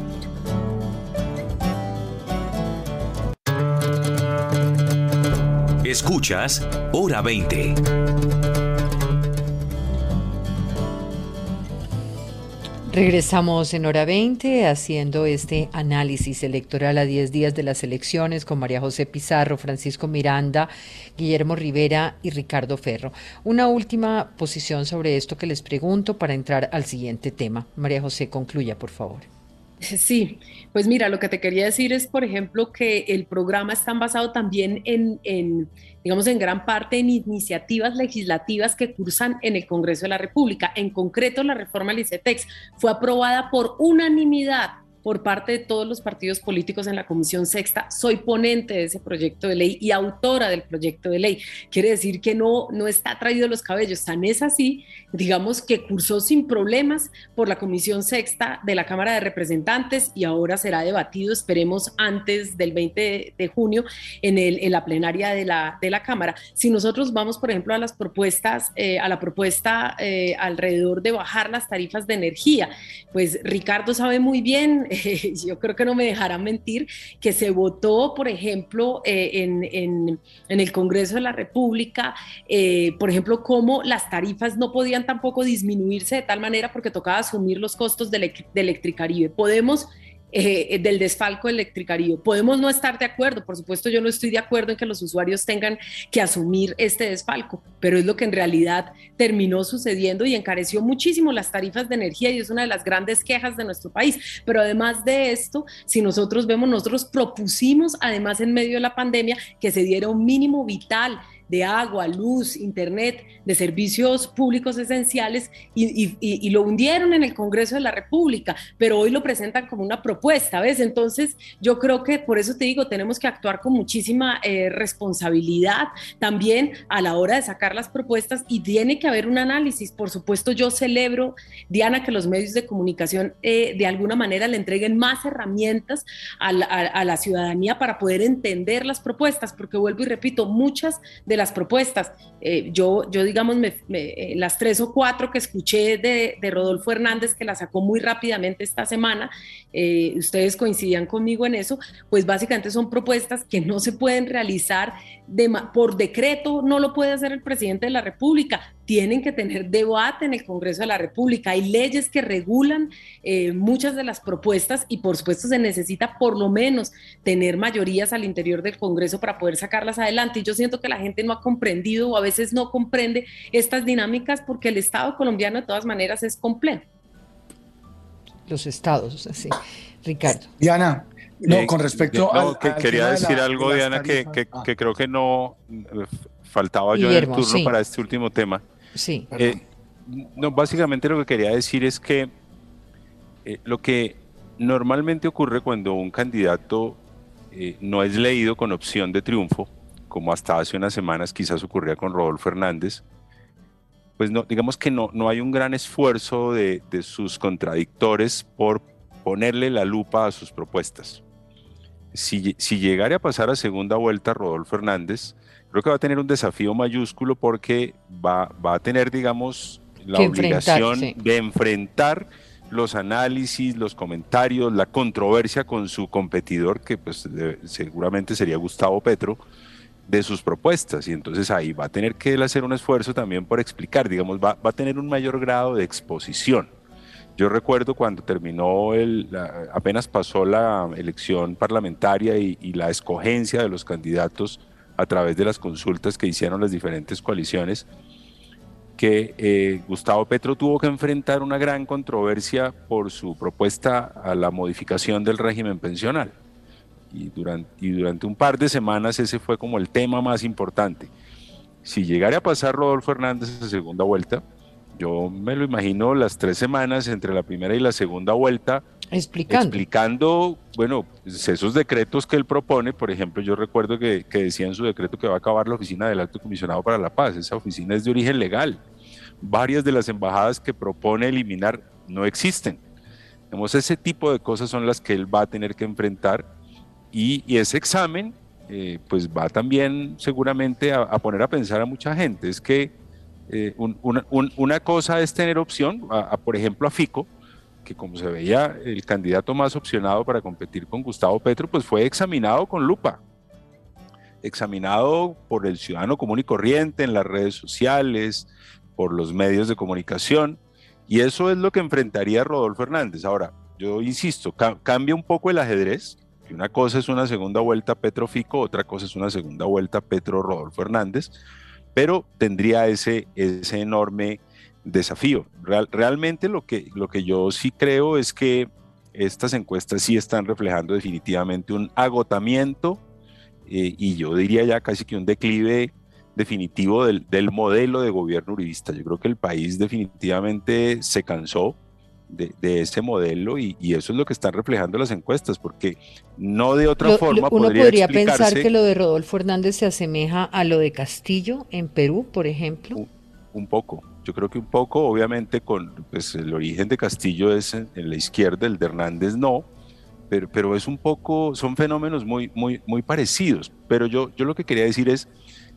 Escuchas Hora veinte. Regresamos en Hora veinte haciendo este análisis electoral a diez días de las elecciones con María José Pizarro, Francisco Miranda, Guillermo Rivera y Ricardo Ferro. Una última posición sobre esto que les pregunto para entrar al siguiente tema. María José, concluya, por favor. Sí, pues mira, lo que te quería decir es, por ejemplo, que el programa está basado también en, en, digamos, en gran parte en iniciativas legislativas que cursan en el Congreso de la República. En concreto, la reforma al ICETEX fue aprobada por unanimidad por parte de todos los partidos políticos en la Comisión Sexta. Soy ponente de ese proyecto de ley y autora del proyecto de ley. Quiere decir que no, no está traído de los cabellos. Tan es así, digamos, que cursó sin problemas por la Comisión Sexta de la Cámara de Representantes y ahora será debatido, esperemos, antes del veinte de junio en, el, en la plenaria de la, de la Cámara. Si nosotros vamos, por ejemplo, a las propuestas, eh, a la propuesta eh, alrededor de bajar las tarifas de energía, pues Ricardo sabe muy bien, yo creo que no me dejará mentir, que se votó, por ejemplo, eh, en, en, en el Congreso de la República, eh, por ejemplo, cómo las tarifas no podían tampoco disminuirse de tal manera porque tocaba asumir los costos de, de Electricaribe. Podemos... Eh, del desfalco de Electricaribe. Podemos no estar de acuerdo, por supuesto yo no estoy de acuerdo en que los usuarios tengan que asumir este desfalco, pero es lo que en realidad terminó sucediendo y encareció muchísimo las tarifas de energía y es una de las grandes quejas de nuestro país. Pero además de esto, si nosotros vemos, nosotros propusimos además en medio de la pandemia que se diera un mínimo vital de agua, luz, internet, de servicios públicos esenciales y, y, y lo hundieron en el Congreso de la República, pero hoy lo presentan como una propuesta, ¿ves? Entonces yo creo que por eso te digo, tenemos que actuar con muchísima eh, responsabilidad también a la hora de sacar las propuestas y tiene que haber un análisis. Por supuesto yo celebro, Diana, que los medios de comunicación eh, de alguna manera le entreguen más herramientas a la, a, a la ciudadanía para poder entender las propuestas, porque vuelvo y repito, muchas de las propuestas. Eh, yo, yo, digamos, me, me, eh, las tres o cuatro que escuché de, de Rodolfo Hernández, que la sacó muy rápidamente esta semana, eh, ustedes coincidían conmigo en eso, pues básicamente son propuestas que no se pueden realizar de, por decreto, no lo puede hacer el presidente de la República, tienen que tener debate en el Congreso de la República, hay leyes que regulan eh, muchas de las propuestas y por supuesto se necesita por lo menos tener mayorías al interior del Congreso para poder sacarlas adelante y yo siento que la gente no ha comprendido o a veces no comprende estas dinámicas porque el Estado colombiano de todas maneras es complejo. Los estados, así. Ricardo. Diana, no, eh, con respecto no, al, que, al quería decir de la, algo, de Diana, que, que, ah. que creo que no faltaba yo Guillermo, en el turno sí. para este último tema. Sí. Eh, no, básicamente lo que quería decir es que eh, lo que normalmente ocurre cuando un candidato eh, no es leído con opción de triunfo, como hasta hace unas semanas quizás ocurría con Rodolfo Hernández, pues no, digamos que no, no hay un gran esfuerzo de, de sus contradictores por ponerle la lupa a sus propuestas. Si, si llegara a pasar a segunda vuelta Rodolfo Hernández, creo que va a tener un desafío mayúsculo porque va, va a tener, digamos, la que obligación sí. de enfrentar los análisis, los comentarios, la controversia con su competidor, que pues de, seguramente sería Gustavo Petro, de sus propuestas, y entonces ahí va a tener que él hacer un esfuerzo también por explicar, digamos, va, va a tener un mayor grado de exposición. Yo recuerdo cuando terminó, el, la, apenas pasó la elección parlamentaria y, y la escogencia de los candidatos a través de las consultas que hicieron las diferentes coaliciones, que eh, Gustavo Petro tuvo que enfrentar una gran controversia por su propuesta a la modificación del régimen pensional. Y durante, y durante un par de semanas ese fue como el tema más importante. si llegara a pasar Rodolfo Hernández a segunda vuelta, yo me lo imagino las tres semanas entre la primera y la segunda vuelta, explicando, explicando bueno, pues esos decretos que él propone. Por ejemplo, yo recuerdo que, que decía en su decreto que va a acabar la oficina del Alto Comisionado para la Paz. Esa oficina es de origen legal. Varias de las embajadas que propone eliminar no existen. Digamos, ese tipo de cosas son las que él va a tener que enfrentar, y, y ese examen eh, pues va también seguramente a, a poner a pensar a mucha gente. Es que eh, un, una, un, una cosa es tener opción, a, a, por ejemplo a Fico, que como se veía el candidato más opcionado para competir con Gustavo Petro, pues fue examinado con lupa, examinado por el ciudadano común y corriente en las redes sociales, por los medios de comunicación, y eso es lo que enfrentaría Rodolfo Hernández. Ahora, yo insisto, ca cambia un poco el ajedrez, que una cosa es una segunda vuelta Petro-Fico, otra cosa es una segunda vuelta Petro-Rodolfo Hernández, pero tendría ese, ese enorme desafío. Real, realmente lo que, lo que yo sí creo es que estas encuestas sí están reflejando definitivamente un agotamiento, eh, y yo diría ya casi que un declive definitivo del, del modelo de gobierno uribista. Yo creo que el país definitivamente se cansó de, de ese modelo, y, y eso es lo que están reflejando las encuestas, porque no de otra lo, forma lo, uno podría, podría explicarse. Pensar que lo de Rodolfo Hernández se asemeja a lo de Castillo en Perú, por ejemplo. Un, un poco, yo creo que un poco, obviamente con pues, el origen de Castillo es en, en la izquierda, el de Hernández no, pero, pero es un poco, son fenómenos muy, muy, muy parecidos. Pero yo, yo lo que quería decir es,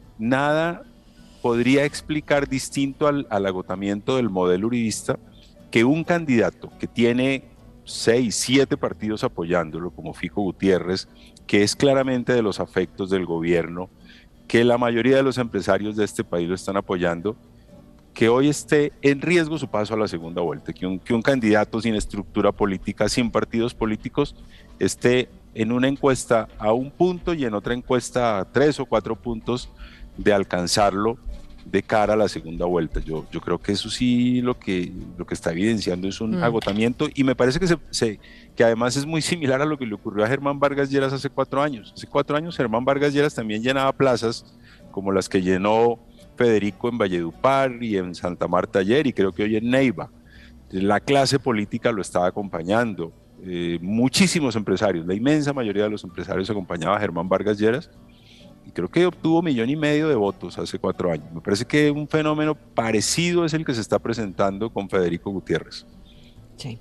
nada podría explicar distinto al, al agotamiento del modelo uribista que un candidato que tiene seis, siete partidos apoyándolo, como Fico Gutiérrez, que es claramente de los afectos del gobierno, que la mayoría de los empresarios de este país lo están apoyando, que hoy esté en riesgo su paso a la segunda vuelta, que un, que un candidato sin estructura política, sin partidos políticos, esté en una encuesta a un punto y en otra encuesta a tres o cuatro puntos de alcanzarlo de cara a la segunda vuelta. Yo, yo creo que eso sí lo que, lo que está evidenciando es un mm. agotamiento, y me parece que, se, se, que además es muy similar a lo que le ocurrió a Germán Vargas Lleras hace cuatro años. Hace cuatro años Germán Vargas Lleras también llenaba plazas como las que llenó Federico en Valledupar y en Santa Marta ayer, y creo que hoy en Neiva. La clase política lo estaba acompañando, eh, muchísimos empresarios, la inmensa mayoría de los empresarios acompañaba a Germán Vargas Lleras, y creo que obtuvo millón y medio de votos hace cuatro años. Me parece que un fenómeno parecido es el que se está presentando con Federico Gutiérrez. Sí.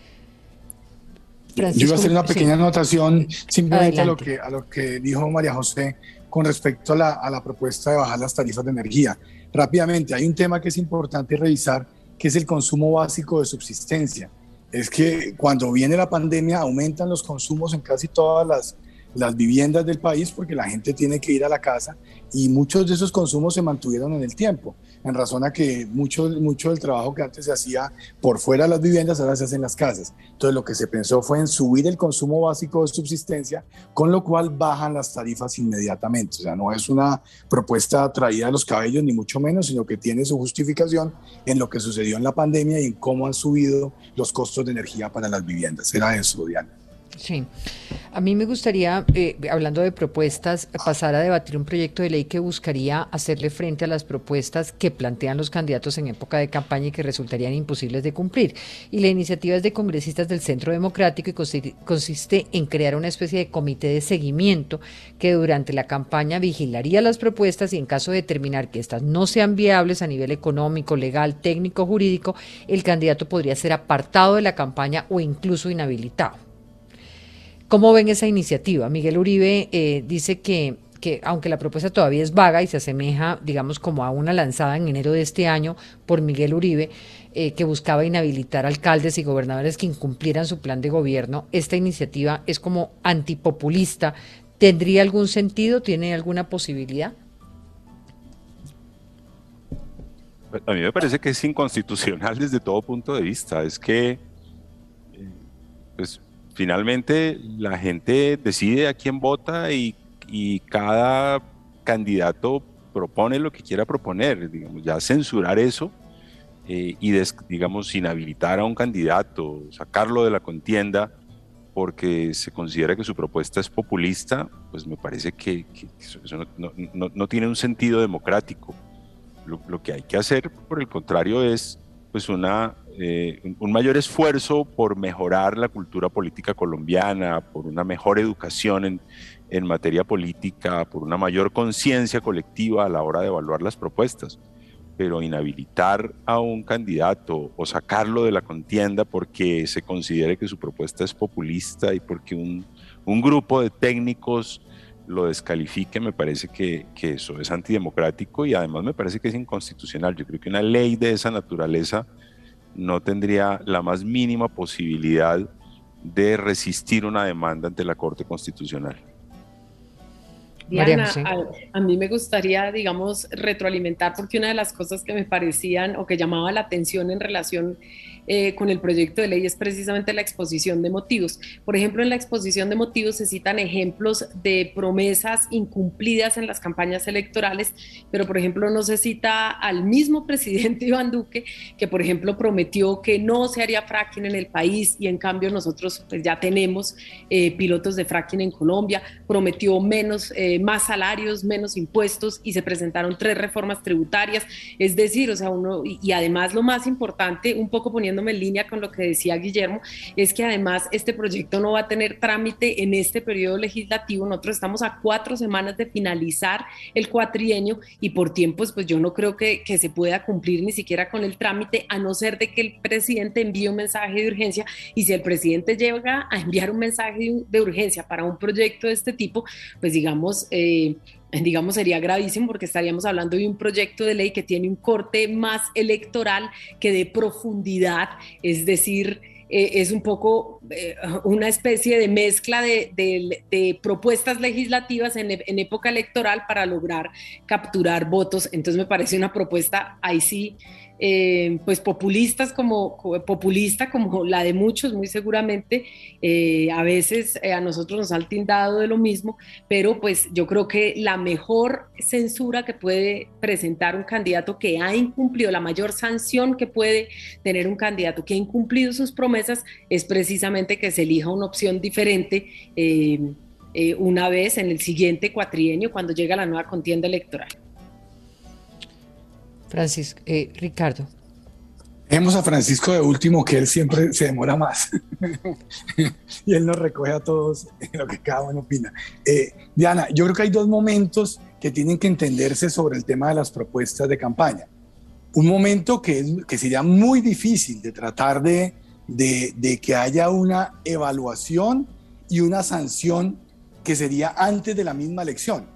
Francisco, yo iba a hacer una pequeña sí. anotación simplemente a lo, que, a lo que dijo María José con respecto a la, a la propuesta de bajar las tarifas de energía. Rápidamente, hay un tema que es importante revisar, que es el consumo básico de subsistencia. Es que cuando viene la pandemia aumentan los consumos en casi todas las las viviendas del país, porque la gente tiene que ir a la casa, y muchos de esos consumos se mantuvieron en el tiempo, en razón a que mucho, mucho del trabajo que antes se hacía por fuera de las viviendas ahora se hace en las casas. Entonces lo que se pensó fue en subir el consumo básico de subsistencia, con lo cual bajan las tarifas inmediatamente. O sea, no es una propuesta traída de los cabellos, ni mucho menos, sino que tiene su justificación en lo que sucedió en la pandemia y en cómo han subido los costos de energía para las viviendas. Era eso, Diana. Sí, a mí me gustaría, eh, hablando de propuestas, pasar a debatir un proyecto de ley que buscaría hacerle frente a las propuestas que plantean los candidatos en época de campaña y que resultarían imposibles de cumplir. Y la iniciativa es de congresistas del Centro Democrático y consiste en crear una especie de comité de seguimiento que durante la campaña vigilaría las propuestas, y en caso de determinar que estas no sean viables a nivel económico, legal, técnico, jurídico, el candidato podría ser apartado de la campaña o incluso inhabilitado. ¿Cómo ven esa iniciativa? Miguel Uribe eh, dice que, que aunque la propuesta todavía es vaga y se asemeja, digamos, como a una lanzada en enero de este año por Miguel Uribe, eh, que buscaba inhabilitar alcaldes y gobernadores que incumplieran su plan de gobierno, esta iniciativa es como antipopulista. ¿Tendría algún sentido? ¿Tiene alguna posibilidad? A mí me parece que es inconstitucional desde todo punto de vista. Es que, eh, pues, finalmente la gente decide a quién vota, y, y cada candidato propone lo que quiera proponer. Digamos, ya censurar eso eh, y des, digamos inhabilitar a un candidato, sacarlo de la contienda porque se considera que su propuesta es populista, pues me parece que, que eso no, no, no tiene un sentido democrático. Lo, lo que hay que hacer, por el contrario, es pues una, eh, un mayor esfuerzo por mejorar la cultura política colombiana, por una mejor educación en, en materia política, por una mayor conciencia colectiva a la hora de evaluar las propuestas. Pero inhabilitar a un candidato o sacarlo de la contienda porque se considere que su propuesta es populista y porque un, un grupo de técnicos lo descalifique, me parece que, que eso es antidemocrático y además me parece que es inconstitucional. Yo creo que una ley de esa naturaleza no tendría la más mínima posibilidad de resistir una demanda ante la Corte Constitucional. Diana, a, a mí me gustaría, digamos, retroalimentar, porque una de las cosas que me parecían o que llamaba la atención en relación eh, con el proyecto de ley es precisamente la exposición de motivos. Por ejemplo, en la exposición de motivos se citan ejemplos de promesas incumplidas en las campañas electorales, pero por ejemplo no se cita al mismo presidente Iván Duque, que por ejemplo prometió que no se haría fracking en el país y en cambio nosotros pues, ya tenemos eh, pilotos de fracking en Colombia, prometió menos eh, más salarios, menos impuestos y se presentaron tres reformas tributarias, es decir, o sea, uno, y, y además lo más importante, un poco poniéndome en línea con lo que decía Guillermo, es que además este proyecto no va a tener trámite en este periodo legislativo, nosotros estamos a cuatro semanas de finalizar el cuatrienio y por tiempos pues yo no creo que, que se pueda cumplir ni siquiera con el trámite, a no ser de que el presidente envíe un mensaje de urgencia, y si el presidente llega a enviar un mensaje de urgencia para un proyecto de este tipo, pues digamos Eh, digamos sería gravísimo porque estaríamos hablando de un proyecto de ley que tiene un corte más electoral que de profundidad, es decir, eh, es un poco eh, una especie de mezcla de, de, de propuestas legislativas en, en época electoral para lograr capturar votos. Entonces me parece una propuesta ahí sí Eh, pues populistas como, como populista como la de muchos muy seguramente, eh, a veces eh, a nosotros nos han tildado de lo mismo, pero pues yo creo que la mejor censura que puede presentar un candidato que ha incumplido, la mayor sanción que puede tener un candidato que ha incumplido sus promesas es precisamente que se elija una opción diferente eh, eh, una vez en el siguiente cuatrienio cuando llega la nueva contienda electoral. Francisco, eh, Ricardo. Dejemos a Francisco de último, que él siempre se demora más y él nos recoge a todos en lo que cada uno opina. Eh, Diana, yo creo que hay dos momentos que tienen que entenderse sobre el tema de las propuestas de campaña. Un momento que, es, que sería muy difícil de tratar de, de, de que haya una evaluación y una sanción que sería antes de la misma elección.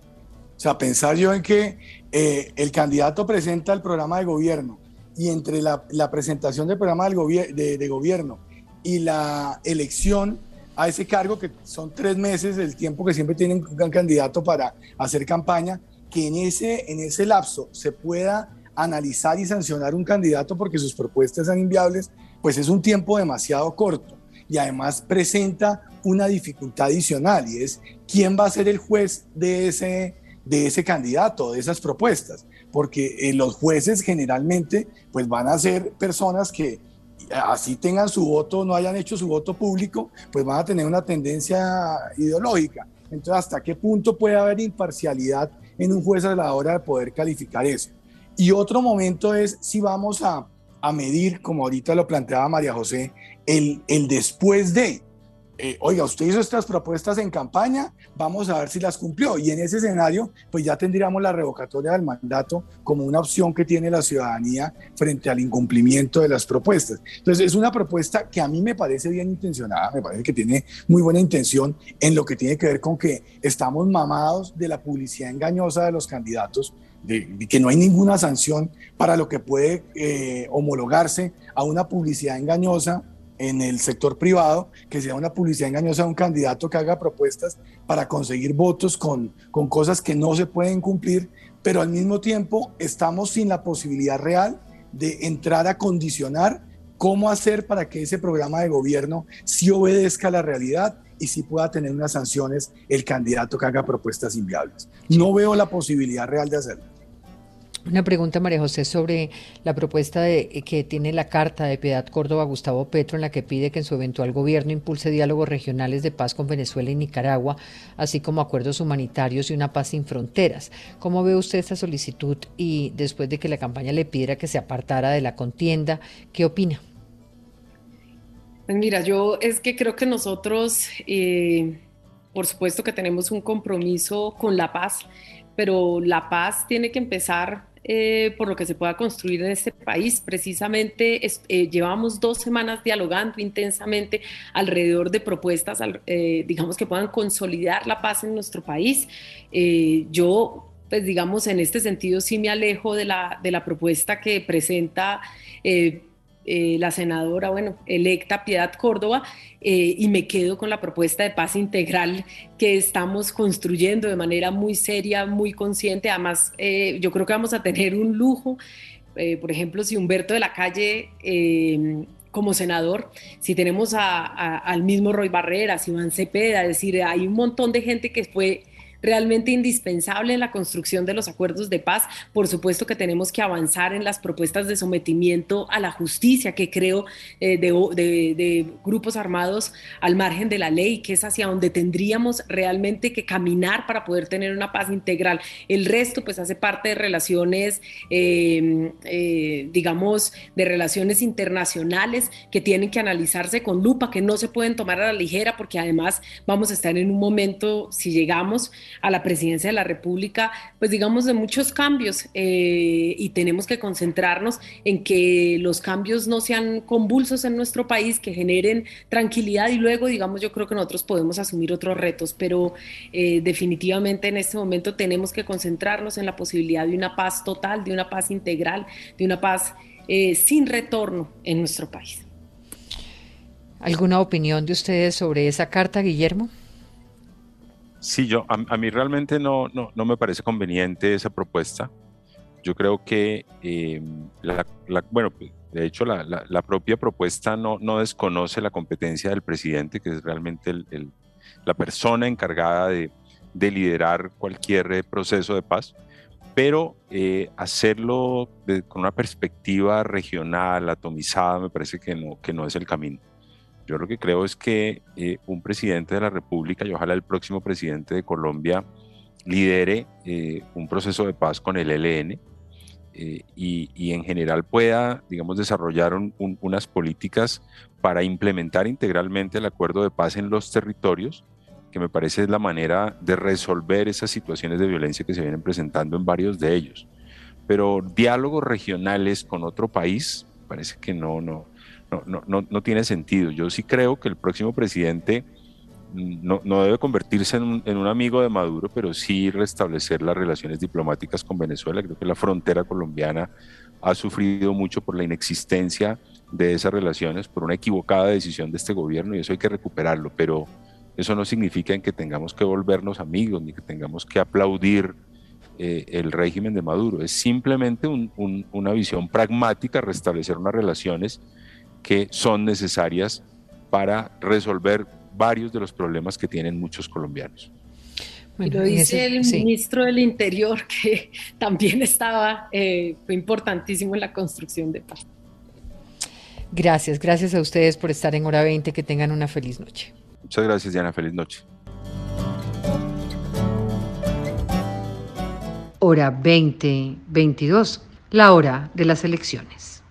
O sea, pensar yo en que eh, el candidato presenta el programa de gobierno y entre la, la presentación del programa del gobier- de, de gobierno y la elección a ese cargo, que son tres meses, el tiempo que siempre tiene un candidato para hacer campaña, que en ese, en ese lapso se pueda analizar y sancionar un candidato porque sus propuestas son inviables, pues es un tiempo demasiado corto. Y además presenta una dificultad adicional, y es quién va a ser el juez de ese, de ese candidato, de esas propuestas, porque eh, los jueces generalmente pues van a ser personas que así tengan su voto, no hayan hecho su voto público, pues van a tener una tendencia ideológica. Entonces, ¿hasta qué punto puede haber imparcialidad en un juez a la hora de poder calificar eso? Y otro momento es si vamos a, a medir, como ahorita lo planteaba María José, el, el después de, eh, oiga, usted hizo estas propuestas en campaña, vamos a ver si las cumplió. Y en ese escenario, pues ya tendríamos la revocatoria del mandato como una opción que tiene la ciudadanía frente al incumplimiento de las propuestas. Entonces, es una propuesta que a mí me parece bien intencionada, me parece que tiene muy buena intención en lo que tiene que ver con que estamos mamados de la publicidad engañosa de los candidatos, de, de que no hay ninguna sanción para lo que puede eh, homologarse a una publicidad engañosa en el sector privado, que sea una publicidad engañosa de un candidato que haga propuestas para conseguir votos con, con cosas que no se pueden cumplir, pero al mismo tiempo estamos sin la posibilidad real de entrar a condicionar cómo hacer para que ese programa de gobierno sí obedezca a la realidad y sí pueda tener unas sanciones el candidato que haga propuestas inviables. No veo la posibilidad real de hacerlo. Una pregunta, María José, sobre la propuesta de, que tiene la carta de Piedad Córdoba Gustavo Petro, en la que pide que en su eventual gobierno impulse diálogos regionales de paz con Venezuela y Nicaragua, así como acuerdos humanitarios y una paz sin fronteras. ¿Cómo ve usted esta solicitud y después de que la campaña le pidiera que se apartara de la contienda, qué opina? Pues mira, yo es que creo que nosotros, eh, por supuesto que tenemos un compromiso con la paz, pero la paz tiene que empezar eh, por lo que se pueda construir en este país. Precisamente es, eh, llevamos dos semanas dialogando intensamente alrededor de propuestas, eh, digamos, que puedan consolidar la paz en nuestro país. Eh, yo, pues digamos, en este sentido sí me alejo de la, de la propuesta que presenta eh, Eh, la senadora, bueno, electa Piedad Córdoba, eh, y me quedo con la propuesta de paz integral que estamos construyendo de manera muy seria, muy consciente. Además, eh, yo creo que vamos a tener un lujo, eh, por ejemplo, si Humberto de la Calle eh, como senador, si tenemos a, a, al mismo Roy Barreras, Iván Cepeda, es decir, hay un montón de gente que fue realmente indispensable en la construcción de los acuerdos de paz. Por supuesto que tenemos que avanzar en las propuestas de sometimiento a la justicia, que creo eh, de, de, de grupos armados al margen de la ley, que es hacia donde tendríamos realmente que caminar para poder tener una paz integral. El resto pues hace parte de relaciones, eh, eh, digamos, de relaciones internacionales que tienen que analizarse con lupa, que no se pueden tomar a la ligera, porque además vamos a estar en un momento, si llegamos a la presidencia de la República, pues digamos de muchos cambios, eh, y tenemos que concentrarnos en que los cambios no sean convulsos en nuestro país, que generen tranquilidad, y luego digamos yo creo que nosotros podemos asumir otros retos, pero eh, definitivamente en este momento tenemos que concentrarnos en la posibilidad de una paz total, de una paz integral, de una paz eh, sin retorno en nuestro país. ¿Alguna opinión de ustedes sobre esa carta, Guillermo? Sí, yo, a, a mí realmente no, no, no me parece conveniente esa propuesta. Yo creo que, eh, la, la, bueno, de hecho, la, la, la propia propuesta no, no desconoce la competencia del presidente, que es realmente el, el, la persona encargada de, de liderar cualquier proceso de paz, pero eh, hacerlo de, con una perspectiva regional, atomizada, me parece que no, que no es el camino. Yo lo que creo es que eh, un presidente de la República, y ojalá el próximo presidente de Colombia, lidere eh, un proceso de paz con el E L N eh, y, y en general pueda, digamos, desarrollar un, un, unas políticas para implementar integralmente el acuerdo de paz en los territorios, que me parece es la manera de resolver esas situaciones de violencia que se vienen presentando en varios de ellos. Pero diálogos regionales con otro país, parece que no, no. No, no, no, no tiene sentido. Yo sí creo que el próximo presidente no, no debe convertirse en un, en un amigo de Maduro, pero sí restablecer las relaciones diplomáticas con Venezuela. Creo que la frontera colombiana ha sufrido mucho por la inexistencia de esas relaciones, por una equivocada decisión de este gobierno, y eso hay que recuperarlo, pero eso no significa en que tengamos que volvernos amigos, ni que tengamos que aplaudir eh, el régimen de Maduro. Es simplemente un, un, una visión pragmática, restablecer unas relaciones que son necesarias para resolver varios de los problemas que tienen muchos colombianos. Bueno, y lo dice ese, el sí. ministro del Interior, que también estaba, eh, fue importantísimo en la construcción de paz. Gracias, gracias a ustedes por estar en Hora veinte, que tengan una feliz noche. Muchas gracias, Diana, feliz noche. Hora veinte veintidós, la hora de las elecciones.